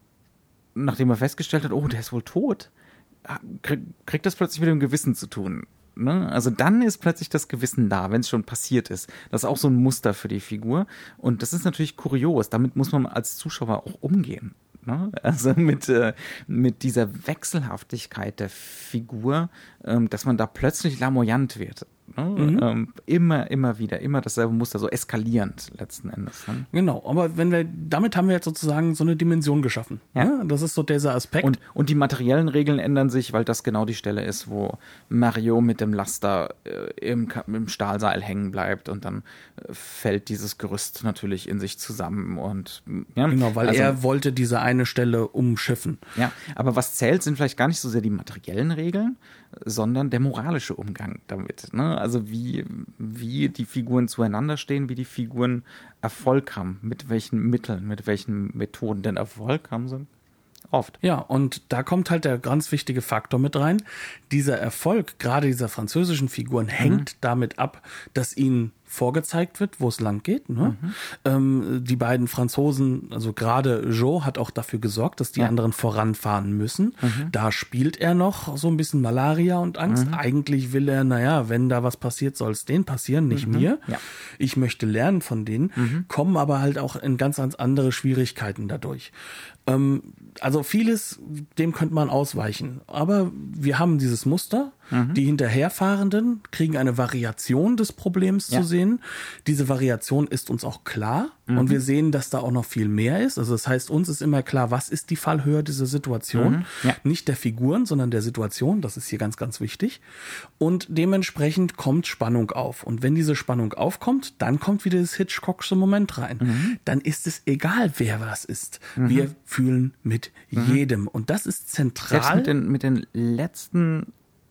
nachdem er festgestellt hat, oh, der ist wohl tot, krieg, kriegt das plötzlich mit dem Gewissen zu tun. Ne? Also dann ist plötzlich das Gewissen da, wenn es schon passiert ist. Das ist auch so ein Muster für die Figur. Und das ist natürlich kurios. Damit muss man als Zuschauer auch umgehen. Ne? Also mit, äh, mit dieser Wechselhaftigkeit der Figur, ähm, dass man da plötzlich lamoyant wird. Ne? Mhm. Ähm, immer, immer wieder, immer dasselbe Muster, so eskalierend letzten Endes. Ne? Genau, aber wenn wir, damit haben wir jetzt sozusagen so eine Dimension geschaffen. Ja. Ne? Das ist so dieser Aspekt. Und, und die materiellen Regeln ändern sich, weil das genau die Stelle ist, wo Mario mit dem Laster äh, im, im Stahlseil hängen bleibt und dann äh, fällt dieses Gerüst natürlich in sich zusammen. Und, ja, genau, weil also, er wollte diese eine Stelle umschiffen. Ja, aber was zählt, sind vielleicht gar nicht so sehr die materiellen Regeln, sondern der moralische Umgang damit. Ne? Also wie, wie die Figuren zueinander stehen, wie die Figuren Erfolg haben, mit welchen Mitteln, mit welchen Methoden denn Erfolg haben sie. Oft. Ja, und da kommt halt der ganz wichtige Faktor mit rein. Dieser Erfolg, gerade dieser französischen Figuren, mhm. hängt damit ab, dass ihnen vorgezeigt wird, wo es lang geht. Ne? Mhm. Ähm, die beiden Franzosen, also gerade Joe, hat auch dafür gesorgt, dass die ja. anderen voranfahren müssen. Mhm. Da spielt er noch so ein bisschen Malaria und Angst. Mhm. Eigentlich will er, naja, wenn da was passiert, soll es denen passieren, nicht mhm. mir. Ja. Ich möchte lernen von denen, mhm. kommen aber halt auch in ganz, ganz andere Schwierigkeiten dadurch. Ähm, also vieles, dem könnte man ausweichen. Aber wir haben dieses Muster. Mhm. Die Hinterherfahrenden kriegen eine Variation des Problems ja. zu sehen. Diese Variation ist uns auch klar. Mhm. Und wir sehen, dass da auch noch viel mehr ist. Also das heißt, uns ist immer klar, was ist die Fallhöhe dieser Situation? Mhm. Ja. Nicht der Figuren, sondern der Situation. Das ist hier ganz, ganz wichtig. Und dementsprechend kommt Spannung auf. Und wenn diese Spannung aufkommt, dann kommt wieder das Hitchcock'sche Moment rein. Mhm. Dann ist es egal, wer was ist. Mhm. Wir fühlen mit mhm. jedem. Und das ist zentral. Selbst mit den, mit den letzten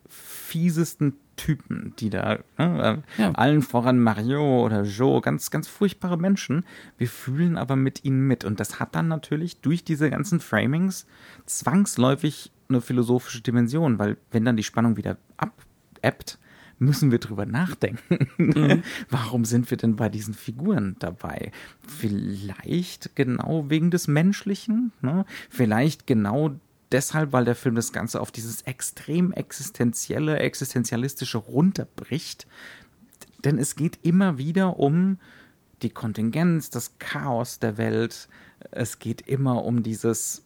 fiesesten Typen, die da, ne, ja. allen voran Mario oder Joe, ganz, ganz furchtbare Menschen. Wir fühlen aber mit ihnen mit. Und das hat dann natürlich durch diese ganzen Framings zwangsläufig eine philosophische Dimension, weil wenn dann die Spannung wieder abebbt, müssen wir drüber nachdenken. Mhm. Warum sind wir denn bei diesen Figuren dabei? Vielleicht genau wegen des Menschlichen, ne? Vielleicht genau deshalb, weil der Film das Ganze auf dieses extrem existenzielle, existenzialistische runterbricht. Denn es geht immer wieder um die Kontingenz, das Chaos der Welt. Es geht immer um dieses,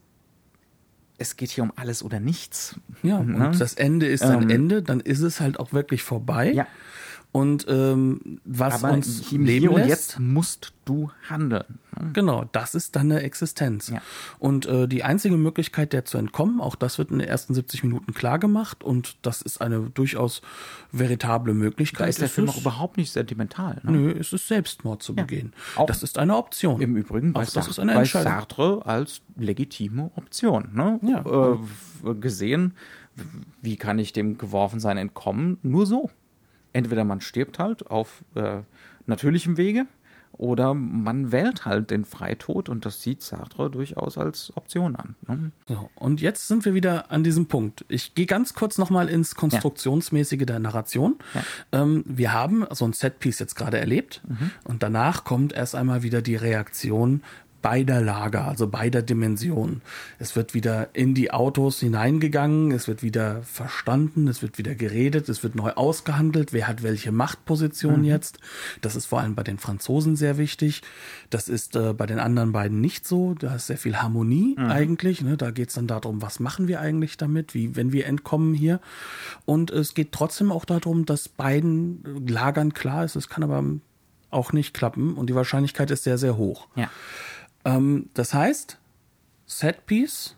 es geht hier um alles oder nichts. Ja, und ja? das Ende ist ein ähm, Ende, dann ist es halt auch wirklich vorbei. Ja. Und ähm, was Aber uns im leben Hier und lässt, jetzt musst du handeln. Genau, das ist deine Existenz. Ja. Und äh, die einzige Möglichkeit, der zu entkommen, auch das wird in den ersten siebzig Minuten klar gemacht und das ist eine durchaus veritable Möglichkeit. Da ist der es Film ist, auch überhaupt nicht sentimental. Ne? Nö, es ist Selbstmord zu ja. begehen. Auch das ist eine Option. Im Übrigen bei, auch das Sartre, ist eine bei Entscheidung. Sartre als legitime Option. Ne? Ja. Äh, gesehen wie kann ich dem Geworfensein entkommen? Nur so. Entweder man stirbt halt auf äh, natürlichem Wege oder man wählt halt den Freitod und das sieht Sartre durchaus als Option an. Ne? So, und jetzt sind wir wieder an diesem Punkt. Ich gehe ganz kurz nochmal ins Konstruktionsmäßige ja. der Narration. Ja. Ähm, wir haben so ein Setpiece jetzt gerade erlebt mhm. und danach kommt erst einmal wieder die Reaktion beider Lager, also beider Dimensionen. Es wird wieder in die Autos hineingegangen, es wird wieder verstanden, es wird wieder geredet, es wird neu ausgehandelt, wer hat welche Machtposition mhm. jetzt. Das ist vor allem bei den Franzosen sehr wichtig. Das ist äh, bei den anderen beiden nicht so. Da ist sehr viel Harmonie mhm. eigentlich. Ne? Da geht es dann darum, was machen wir eigentlich damit, wie wenn wir entkommen hier. Und es geht trotzdem auch darum, dass beiden Lagern klar ist, es kann aber auch nicht klappen und die Wahrscheinlichkeit ist sehr, sehr hoch. Ja. Das heißt, Setpiece,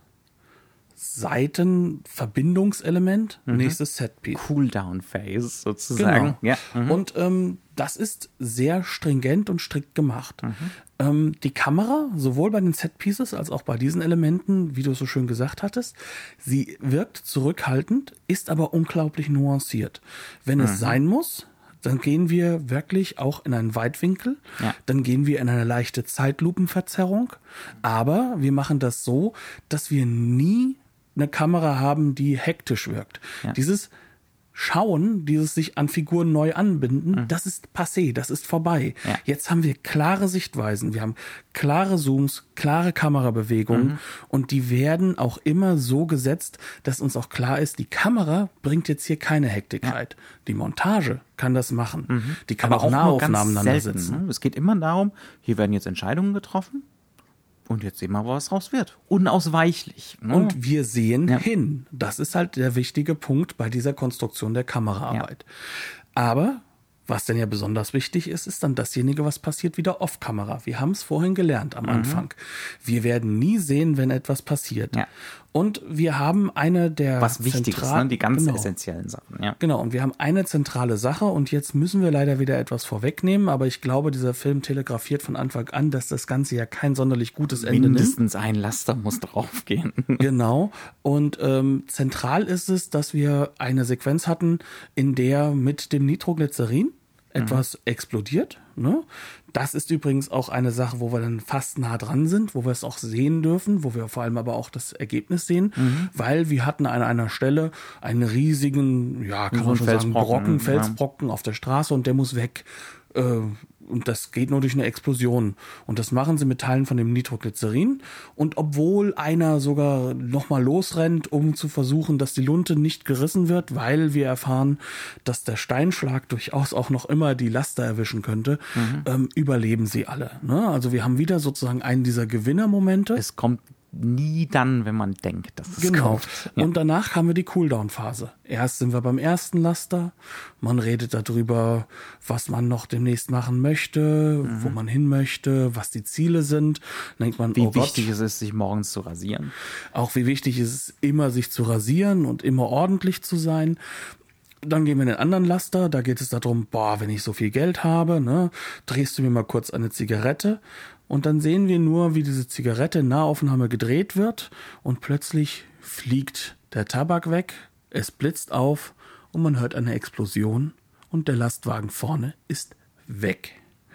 Seitenverbindungselement, mhm. nächstes Setpiece. Cooldown-Phase sozusagen. Genau. Ja. Mhm. Und ähm, das ist sehr stringent und strikt gemacht. Mhm. Ähm, die Kamera, sowohl bei den Setpieces als auch bei diesen Elementen, wie du es so schön gesagt hattest, sie wirkt zurückhaltend, ist aber unglaublich nuanciert. Wenn mhm. es sein muss, dann gehen wir wirklich auch in einen Weitwinkel, ja. dann gehen wir in eine leichte Zeitlupenverzerrung, aber wir machen das so, dass wir nie eine Kamera haben, die hektisch wirkt. Ja. Dieses Schauen, dieses sich an Figuren neu anbinden, mhm. das ist passé, das ist vorbei. Ja. Jetzt haben wir klare Sichtweisen, wir haben klare Zooms, klare Kamerabewegungen mhm. und die werden auch immer so gesetzt, dass uns auch klar ist, die Kamera bringt jetzt hier keine Hektik ja. rein. Die Montage kann das machen. Mhm. Die kann aber auch Nahaufnahmen setzen. Ne? Es geht immer darum, hier werden jetzt Entscheidungen getroffen. Und jetzt sehen wir mal, was raus wird. Unausweichlich. Ne? Und wir sehen ja. hin. Das ist halt der wichtige Punkt bei dieser Konstruktion der Kameraarbeit. Ja. Aber was denn ja besonders wichtig ist, ist dann dasjenige, was passiert wieder off-Kamera. Wir haben es vorhin gelernt am mhm. Anfang. Wir werden nie sehen, wenn etwas passiert. Ja. Und wir haben eine der was wichtig ist, ne? Die ganz genau. essentiellen Sachen. Ja. Genau, und wir haben eine zentrale Sache und jetzt müssen wir leider wieder etwas vorwegnehmen, aber ich glaube, dieser Film telegrafiert von Anfang an, dass das Ganze ja kein sonderlich gutes Ende nimmt. Mindestens ein Laster muss draufgehen. Genau, und ähm, zentral ist es, dass wir eine Sequenz hatten, in der mit dem Nitroglycerin etwas mhm. explodiert. Ne? Das ist übrigens auch eine Sache, wo wir dann fast nah dran sind, wo wir es auch sehen dürfen, wo wir vor allem aber auch das Ergebnis sehen, mhm. weil wir hatten an einer Stelle einen riesigen, ja, kann so man schon sagen, Brocken, ja. Felsbrocken auf der Straße und der muss weg. Äh, Und das geht nur durch eine Explosion. Und das machen sie mit Teilen von dem Nitroglycerin. Und obwohl einer sogar nochmal losrennt, um zu versuchen, dass die Lunte nicht gerissen wird, weil wir erfahren, dass der Steinschlag durchaus auch noch immer die Laster erwischen könnte, mhm. ähm, überleben sie alle. Ne? Also wir haben wieder sozusagen einen dieser Gewinnermomente. Es kommt nie dann, wenn man denkt, dass es genau. kommt. Ja. Und danach haben wir die Cooldown-Phase. Erst sind wir beim ersten Laster. Man redet darüber, was man noch demnächst machen möchte, mhm. wo man hin möchte, was die Ziele sind. Dann denkt man, wie oh wichtig Gott, es ist, sich morgens zu rasieren. Auch wie wichtig es ist, immer sich zu rasieren und immer ordentlich zu sein. Dann gehen wir in den anderen Laster, da geht es darum, boah, wenn ich so viel Geld habe, ne, drehst du mir mal kurz eine Zigarette. Und dann sehen wir nur, wie diese Zigarette in Nahaufnahme gedreht wird und plötzlich fliegt der Tabak weg, es blitzt auf und man hört eine Explosion und der Lastwagen vorne ist weg.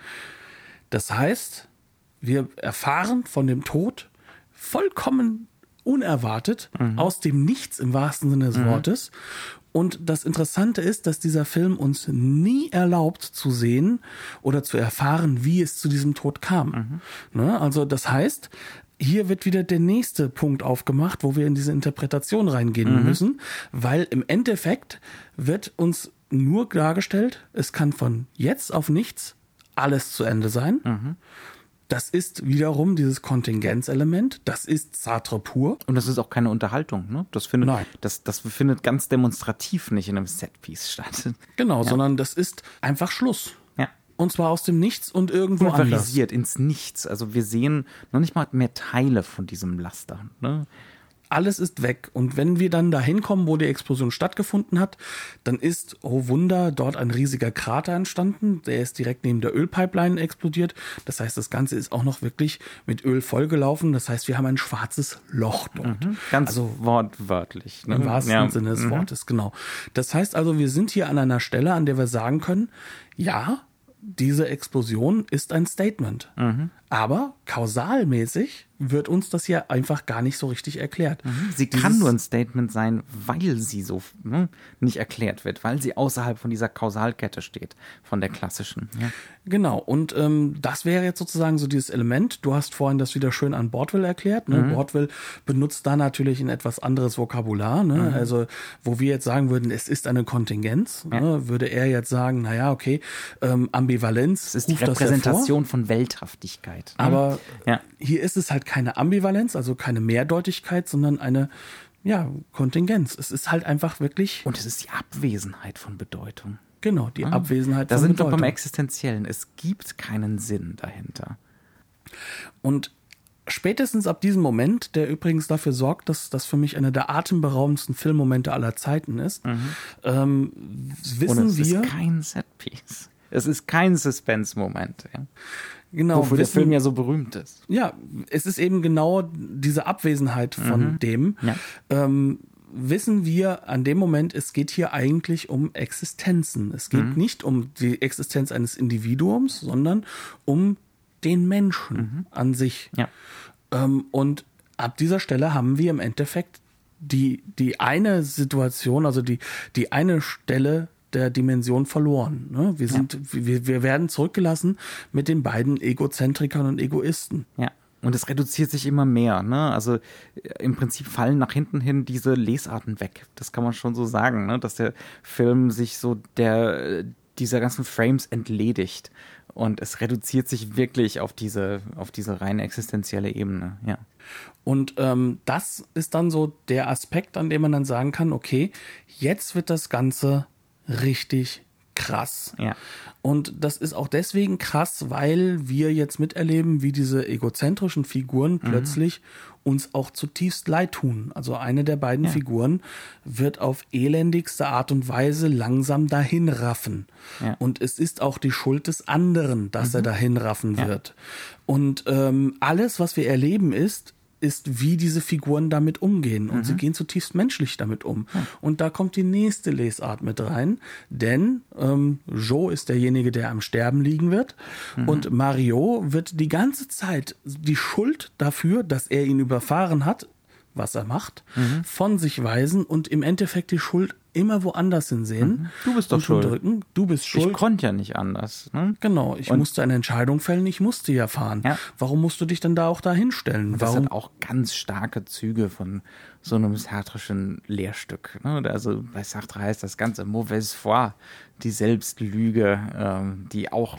Das heißt, wir erfahren von dem Tod vollkommen unerwartet, mhm. aus dem Nichts im wahrsten Sinne des mhm. Wortes. Und das Interessante ist, dass dieser Film uns nie erlaubt zu sehen oder zu erfahren, wie es zu diesem Tod kam. Mhm. Ne? Also das heißt, hier wird wieder der nächste Punkt aufgemacht, wo wir in diese Interpretation reingehen mhm. müssen, weil im Endeffekt wird uns nur dargestellt, es kann von jetzt auf nichts alles zu Ende sein. Mhm. Das ist wiederum dieses Kontingenzelement, das ist Sartre pur. Und das ist auch keine Unterhaltung, ne? Das findet, Nein. Das, das findet ganz demonstrativ nicht in einem Setpiece statt. Genau, ja. sondern das ist einfach Schluss. Ja. Und zwar aus dem Nichts und irgendwo anders. Pulverisiert ins Nichts. Also wir sehen noch nicht mal mehr Teile von diesem Laster, ne? alles ist weg. Und wenn wir dann da hinkommen, wo die Explosion stattgefunden hat, dann ist, oh Wunder, dort ein riesiger Krater entstanden. Der ist direkt neben der Ölpipeline explodiert. Das heißt, das Ganze ist auch noch wirklich mit Öl vollgelaufen. Das heißt, wir haben ein schwarzes Loch dort. Mhm, ganz also wortwörtlich. Ne? Im wahrsten ja. Sinne des mhm. Wortes, genau. Das heißt also, wir sind hier an einer Stelle, an der wir sagen können, ja, diese Explosion ist ein Statement. Mhm. Aber kausalmäßig wird uns das ja einfach gar nicht so richtig erklärt. Mhm. Sie Dieses kann nur ein Statement sein, weil sie so ne, nicht erklärt wird, weil sie außerhalb von dieser Kausalkette steht, von der klassischen. Ja. Genau, und ähm, das wäre jetzt sozusagen so dieses Element. Du hast vorhin das wieder schön an Bordwell erklärt. Ne? Mhm. Bordwell benutzt da natürlich ein etwas anderes Vokabular. Ne? Mhm. Also wo wir jetzt sagen würden, es ist eine Kontingenz, ja. ne? Würde er jetzt sagen, naja, okay, ähm, Ambivalenz. Es ist die Repräsentation von Welthaftigkeit. Aber ja. hier ist es halt keine Ambivalenz, also keine Mehrdeutigkeit, sondern eine ja, Kontingenz. Es ist halt einfach wirklich... Und es ist die Abwesenheit von Bedeutung. Genau, die ah. Abwesenheit da von sind Bedeutung. wir beim Existenziellen. Es gibt keinen Sinn dahinter. Und spätestens ab diesem Moment, der übrigens dafür sorgt, dass das für mich einer der atemberaubendsten Filmmomente aller Zeiten ist, mhm. ähm, wissen Und es wir... Es ist kein Setpiece. Es ist kein Suspense-Moment. Ja. Genau, wofür wissen, der Film ja so berühmt ist. Ja, es ist eben genau diese Abwesenheit von mhm. dem. Ja. Ähm, wissen wir an dem Moment, es geht hier eigentlich um Existenzen. Es geht mhm. nicht um die Existenz eines Individuums, sondern um den Menschen mhm. an sich. Ja. Ähm, und ab dieser Stelle haben wir im Endeffekt die, die eine Situation, also die, die eine Stelle der Dimension verloren. Ne? Wir sind, ja. wir, wir werden zurückgelassen mit den beiden Egozentrikern und Egoisten. Ja. Und es reduziert sich immer mehr. Ne? Also im Prinzip fallen nach hinten hin diese Lesarten weg. Das kann man schon so sagen, ne? Dass der Film sich so der dieser ganzen Frames entledigt. Und es reduziert sich wirklich auf diese, auf diese rein existenzielle Ebene. Ja. Und ähm, das ist dann so der Aspekt, an dem man dann sagen kann, okay, jetzt wird das Ganze richtig krass. Ja. Und das ist auch deswegen krass, weil wir jetzt miterleben, wie diese egozentrischen Figuren mhm. plötzlich uns auch zutiefst leid tun. Also eine der beiden ja. Figuren wird auf elendigste Art und Weise langsam dahinraffen. Ja. Und es ist auch die Schuld des anderen, dass mhm. er dahinraffen ja. wird. Und ähm, alles, was wir erleben, ist, ist, wie diese Figuren damit umgehen. Und mhm. sie gehen zutiefst menschlich damit um. Mhm. Und da kommt die nächste Lesart mit rein, denn ähm, Joe ist derjenige, der am Sterben liegen wird. Mhm. Und Mario wird die ganze Zeit die Schuld dafür, dass er ihn überfahren hat, was er macht, mhm. von sich weisen und im Endeffekt die Schuld immer woanders hinsehen. Mhm. Du bist doch schuld. Drücken. Du bist schuld. Ich konnte ja nicht anders. Ne? Genau, ich und musste eine Entscheidung fällen, ich musste ja fahren. Ja. Warum musst du dich denn da auch da hinstellen? Das Warum? hat auch ganz starke Züge von so einem sartrischen Lehrstück. Ne? Also bei Sartre heißt das ganze mauvaise foi, die Selbstlüge, ähm, die auch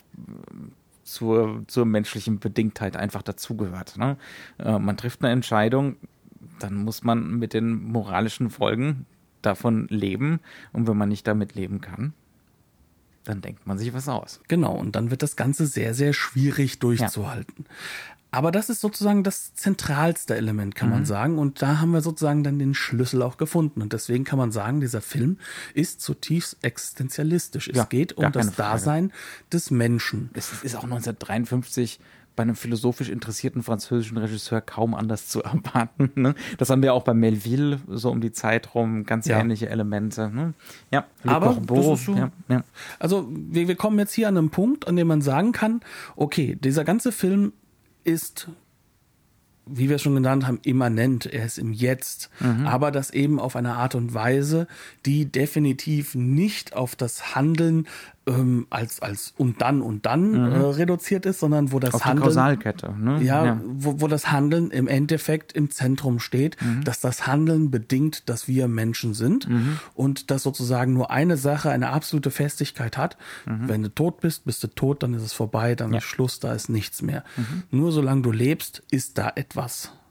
zur, zur menschlichen Bedingtheit einfach dazugehört. Ne? Äh, man trifft eine Entscheidung, dann muss man mit den moralischen Folgen davon leben. Und wenn man nicht damit leben kann, dann denkt man sich was aus. Genau, und dann wird das Ganze sehr, sehr schwierig durchzuhalten. Ja. Aber das ist sozusagen das zentralste Element, kann mhm. man sagen. Und da haben wir sozusagen dann den Schlüssel auch gefunden. Und deswegen kann man sagen, dieser Film ist zutiefst existenzialistisch. Es ja, geht um das Dasein des Menschen. Es ist auch neunzehnhundertdreiundfünfzig bei einem philosophisch interessierten französischen Regisseur kaum anders zu erwarten. Ne? Das haben wir auch bei Melville, so um die Zeit rum, ganz ja. ähnliche Elemente. Ne? Ja, aber das ist so, ja, ja. Also wir, wir kommen jetzt hier an einen Punkt, an dem man sagen kann, okay, dieser ganze Film ist, wie wir es schon genannt haben, immanent, er ist im Jetzt, mhm. aber das eben auf eine Art und Weise, die definitiv nicht auf das Handeln ähm, als als und dann und dann mhm. äh, reduziert ist, sondern wo das auf Handeln, die Kausalkette, ne? ja, ja. Wo, wo das Handeln im Endeffekt im Zentrum steht, mhm. dass das Handeln bedingt, dass wir Menschen sind mhm. und dass sozusagen nur eine Sache eine absolute Festigkeit hat. Mhm. Wenn du tot bist, bist du tot, dann ist es vorbei, dann ja. ist Schluss, da ist nichts mehr. Mhm. Nur solange du lebst, ist da etwas.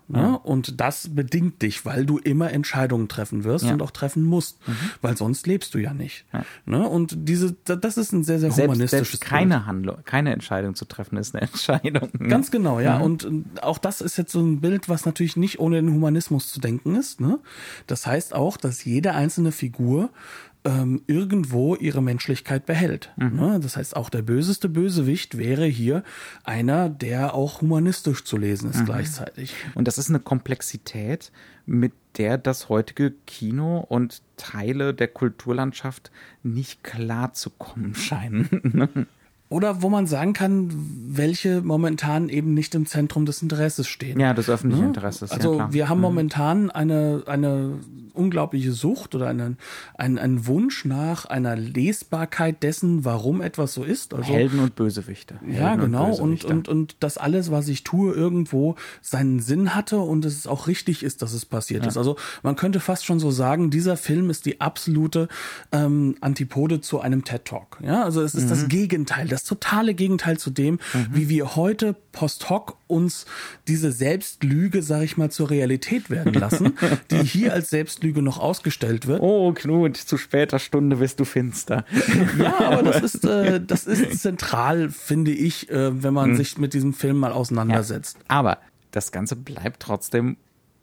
Ne? Ja. Und das bedingt dich, weil du immer Entscheidungen treffen wirst ja. und auch treffen musst, mhm. weil sonst lebst du ja nicht. Ja. Ne? Und diese, das ist ein sehr, sehr selbst, humanistisches selbst keine Handlung, keine Entscheidung zu treffen, ist eine Entscheidung. Ganz genau, ja. Mhm. Und auch das ist jetzt so ein Bild, was natürlich nicht ohne den Humanismus zu denken ist. Ne? Das heißt auch, dass jede einzelne Figur ähm, irgendwo ihre Menschlichkeit behält. Mhm. Ne? Das heißt, auch der böseste Bösewicht wäre hier einer, der auch humanistisch zu lesen ist mhm. gleichzeitig. Und das ist eine Komplexität, mit der das heutige Kino und Teile der Kulturlandschaft nicht klar zu kommen scheinen. Oder wo man sagen kann, welche momentan eben nicht im Zentrum des Interesses stehen. Ja, des öffentlichen Interesses. Also ja, klar. wir haben mhm. momentan eine, eine unglaubliche Sucht oder einen, einen, einen Wunsch nach einer Lesbarkeit dessen, warum etwas so ist. Also, Helden und Bösewichte. Helden ja, genau. Und, und, und, und dass alles, was ich tue, irgendwo seinen Sinn hatte und es auch richtig ist, dass es passiert ja. ist. Also man könnte fast schon so sagen, dieser Film ist die absolute ähm, Antipode zu einem TED-Talk. Ja, also es ist mhm. das Gegenteil, das totale Gegenteil zu dem, mhm. wie wir heute post hoc uns diese Selbstlüge, sag ich mal, zur Realität werden lassen, die hier als Selbstlüge noch ausgestellt wird. Oh, Knut, zu später Stunde wirst du finster. Ja, aber das ist, äh, das ist zentral, finde ich, äh, wenn man mhm. sich mit diesem Film mal auseinandersetzt. Ja, aber das Ganze bleibt trotzdem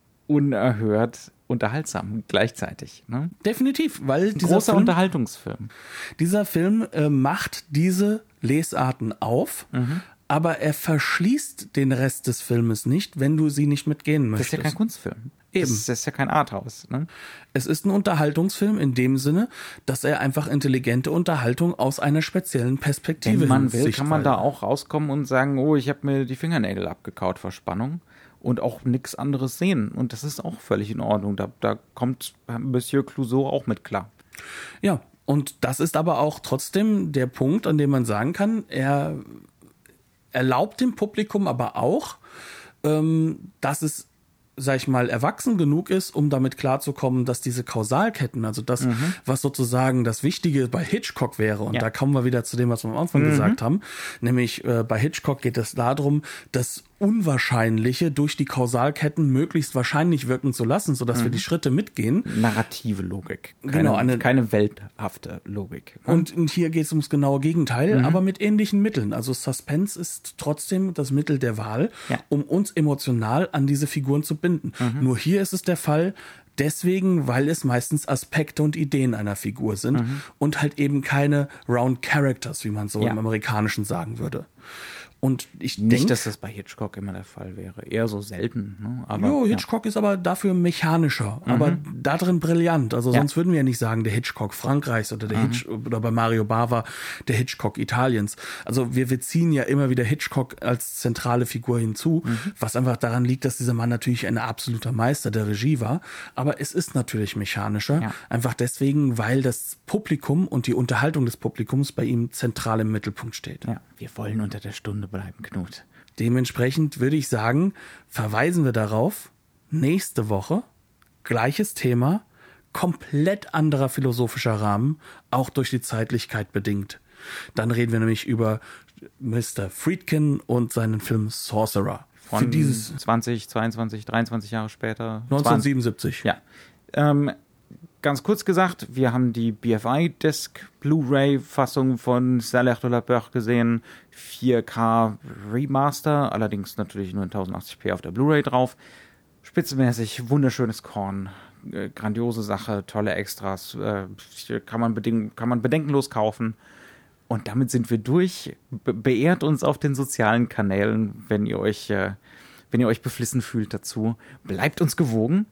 unerhört unterhaltsam gleichzeitig. Ne? Definitiv, weil dieser großer Film, Unterhaltungsfilm. Dieser Film äh, macht diese Lesarten auf, mhm. aber er verschließt den Rest des Filmes nicht, wenn du sie nicht mitgehen möchtest. Das ist ja kein Kunstfilm. Eben. Das ist ja kein Arthouse. Ne? Es ist ein Unterhaltungsfilm in dem Sinne, dass er einfach intelligente Unterhaltung aus einer speziellen Perspektive Wenn man will, kann man da auch rauskommen und sagen, oh, ich habe mir die Fingernägel abgekaut vor Spannung. Und auch nichts anderes sehen. Und das ist auch völlig in Ordnung. Da, da kommt Monsieur Clouseau auch mit klar. Ja, und das ist aber auch trotzdem der Punkt, an dem man sagen kann, er erlaubt dem Publikum aber auch, ähm, dass es, sag ich mal, erwachsen genug ist, um damit klarzukommen, dass diese Kausalketten, also das, mhm. was sozusagen das Wichtige bei Hitchcock wäre, und ja. da kommen wir wieder zu dem, was wir am Anfang mhm. gesagt haben, nämlich äh, bei Hitchcock geht es darum, das Unwahrscheinliche durch die Kausalketten möglichst wahrscheinlich wirken zu lassen, sodass mhm. wir die Schritte mitgehen. Narrative Logik. Keine, genau, eine, keine welthafte Logik. Ne? Und, und hier geht es ums genaue Gegenteil, mhm. aber mit ähnlichen Mitteln. Also Suspense ist trotzdem das Mittel der Wahl, ja. um uns emotional an diese Figuren zu binden. Mhm. Nur hier ist es der Fall, deswegen, weil es meistens Aspekte und Ideen einer Figur sind mhm. und halt eben keine Round Characters, wie man so ja. im Amerikanischen sagen würde. Und ich Nicht, denk, dass das bei Hitchcock immer der Fall wäre. Eher so selten. Ne? Aber, jo, Hitchcock ja. ist aber dafür mechanischer, mhm. aber da drin brillant. Also ja. sonst würden wir ja nicht sagen, der Hitchcock Frankreichs oder der mhm. Hitch oder bei Mario Bava der Hitchcock Italiens. Also wir, wir ziehen ja immer wieder Hitchcock als zentrale Figur hinzu, mhm. was einfach daran liegt, dass dieser Mann natürlich ein absoluter Meister der Regie war. Aber es ist natürlich mechanischer. Ja. Einfach deswegen, weil das Publikum und die Unterhaltung des Publikums bei ihm zentral im Mittelpunkt steht. Ja, wir wollen unter der Stunde bleiben, Knut. Dementsprechend würde ich sagen, verweisen wir darauf, nächste Woche, gleiches Thema, komplett anderer philosophischer Rahmen, auch durch die Zeitlichkeit bedingt. Dann reden wir nämlich über Mister Friedkin und seinen Film Sorcerer. Von Für dieses zwanzig, zweiundzwanzig, dreiundzwanzig Jahre später. neunzehnhundertsiebenundsiebzig. Ja. Ähm, Ganz kurz gesagt, wir haben die B F I-Disc Blu-ray-Fassung von Salaire de la Peur gesehen, vier K Remaster, allerdings natürlich nur in tausendachtzig p auf der Blu-ray drauf. Spitzenmäßig, wunderschönes Korn, äh, grandiose Sache, tolle Extras, äh, kann man beding- kann man bedenkenlos kaufen. Und damit sind wir durch. Be- beehrt uns auf den sozialen Kanälen, wenn ihr euch, äh, wenn ihr euch beflissen fühlt dazu. Bleibt uns gewogen.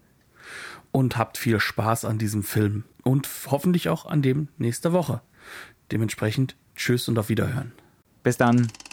Und habt viel Spaß an diesem Film. Und hoffentlich auch an dem nächste Woche. Dementsprechend tschüss und auf Wiederhören. Bis dann.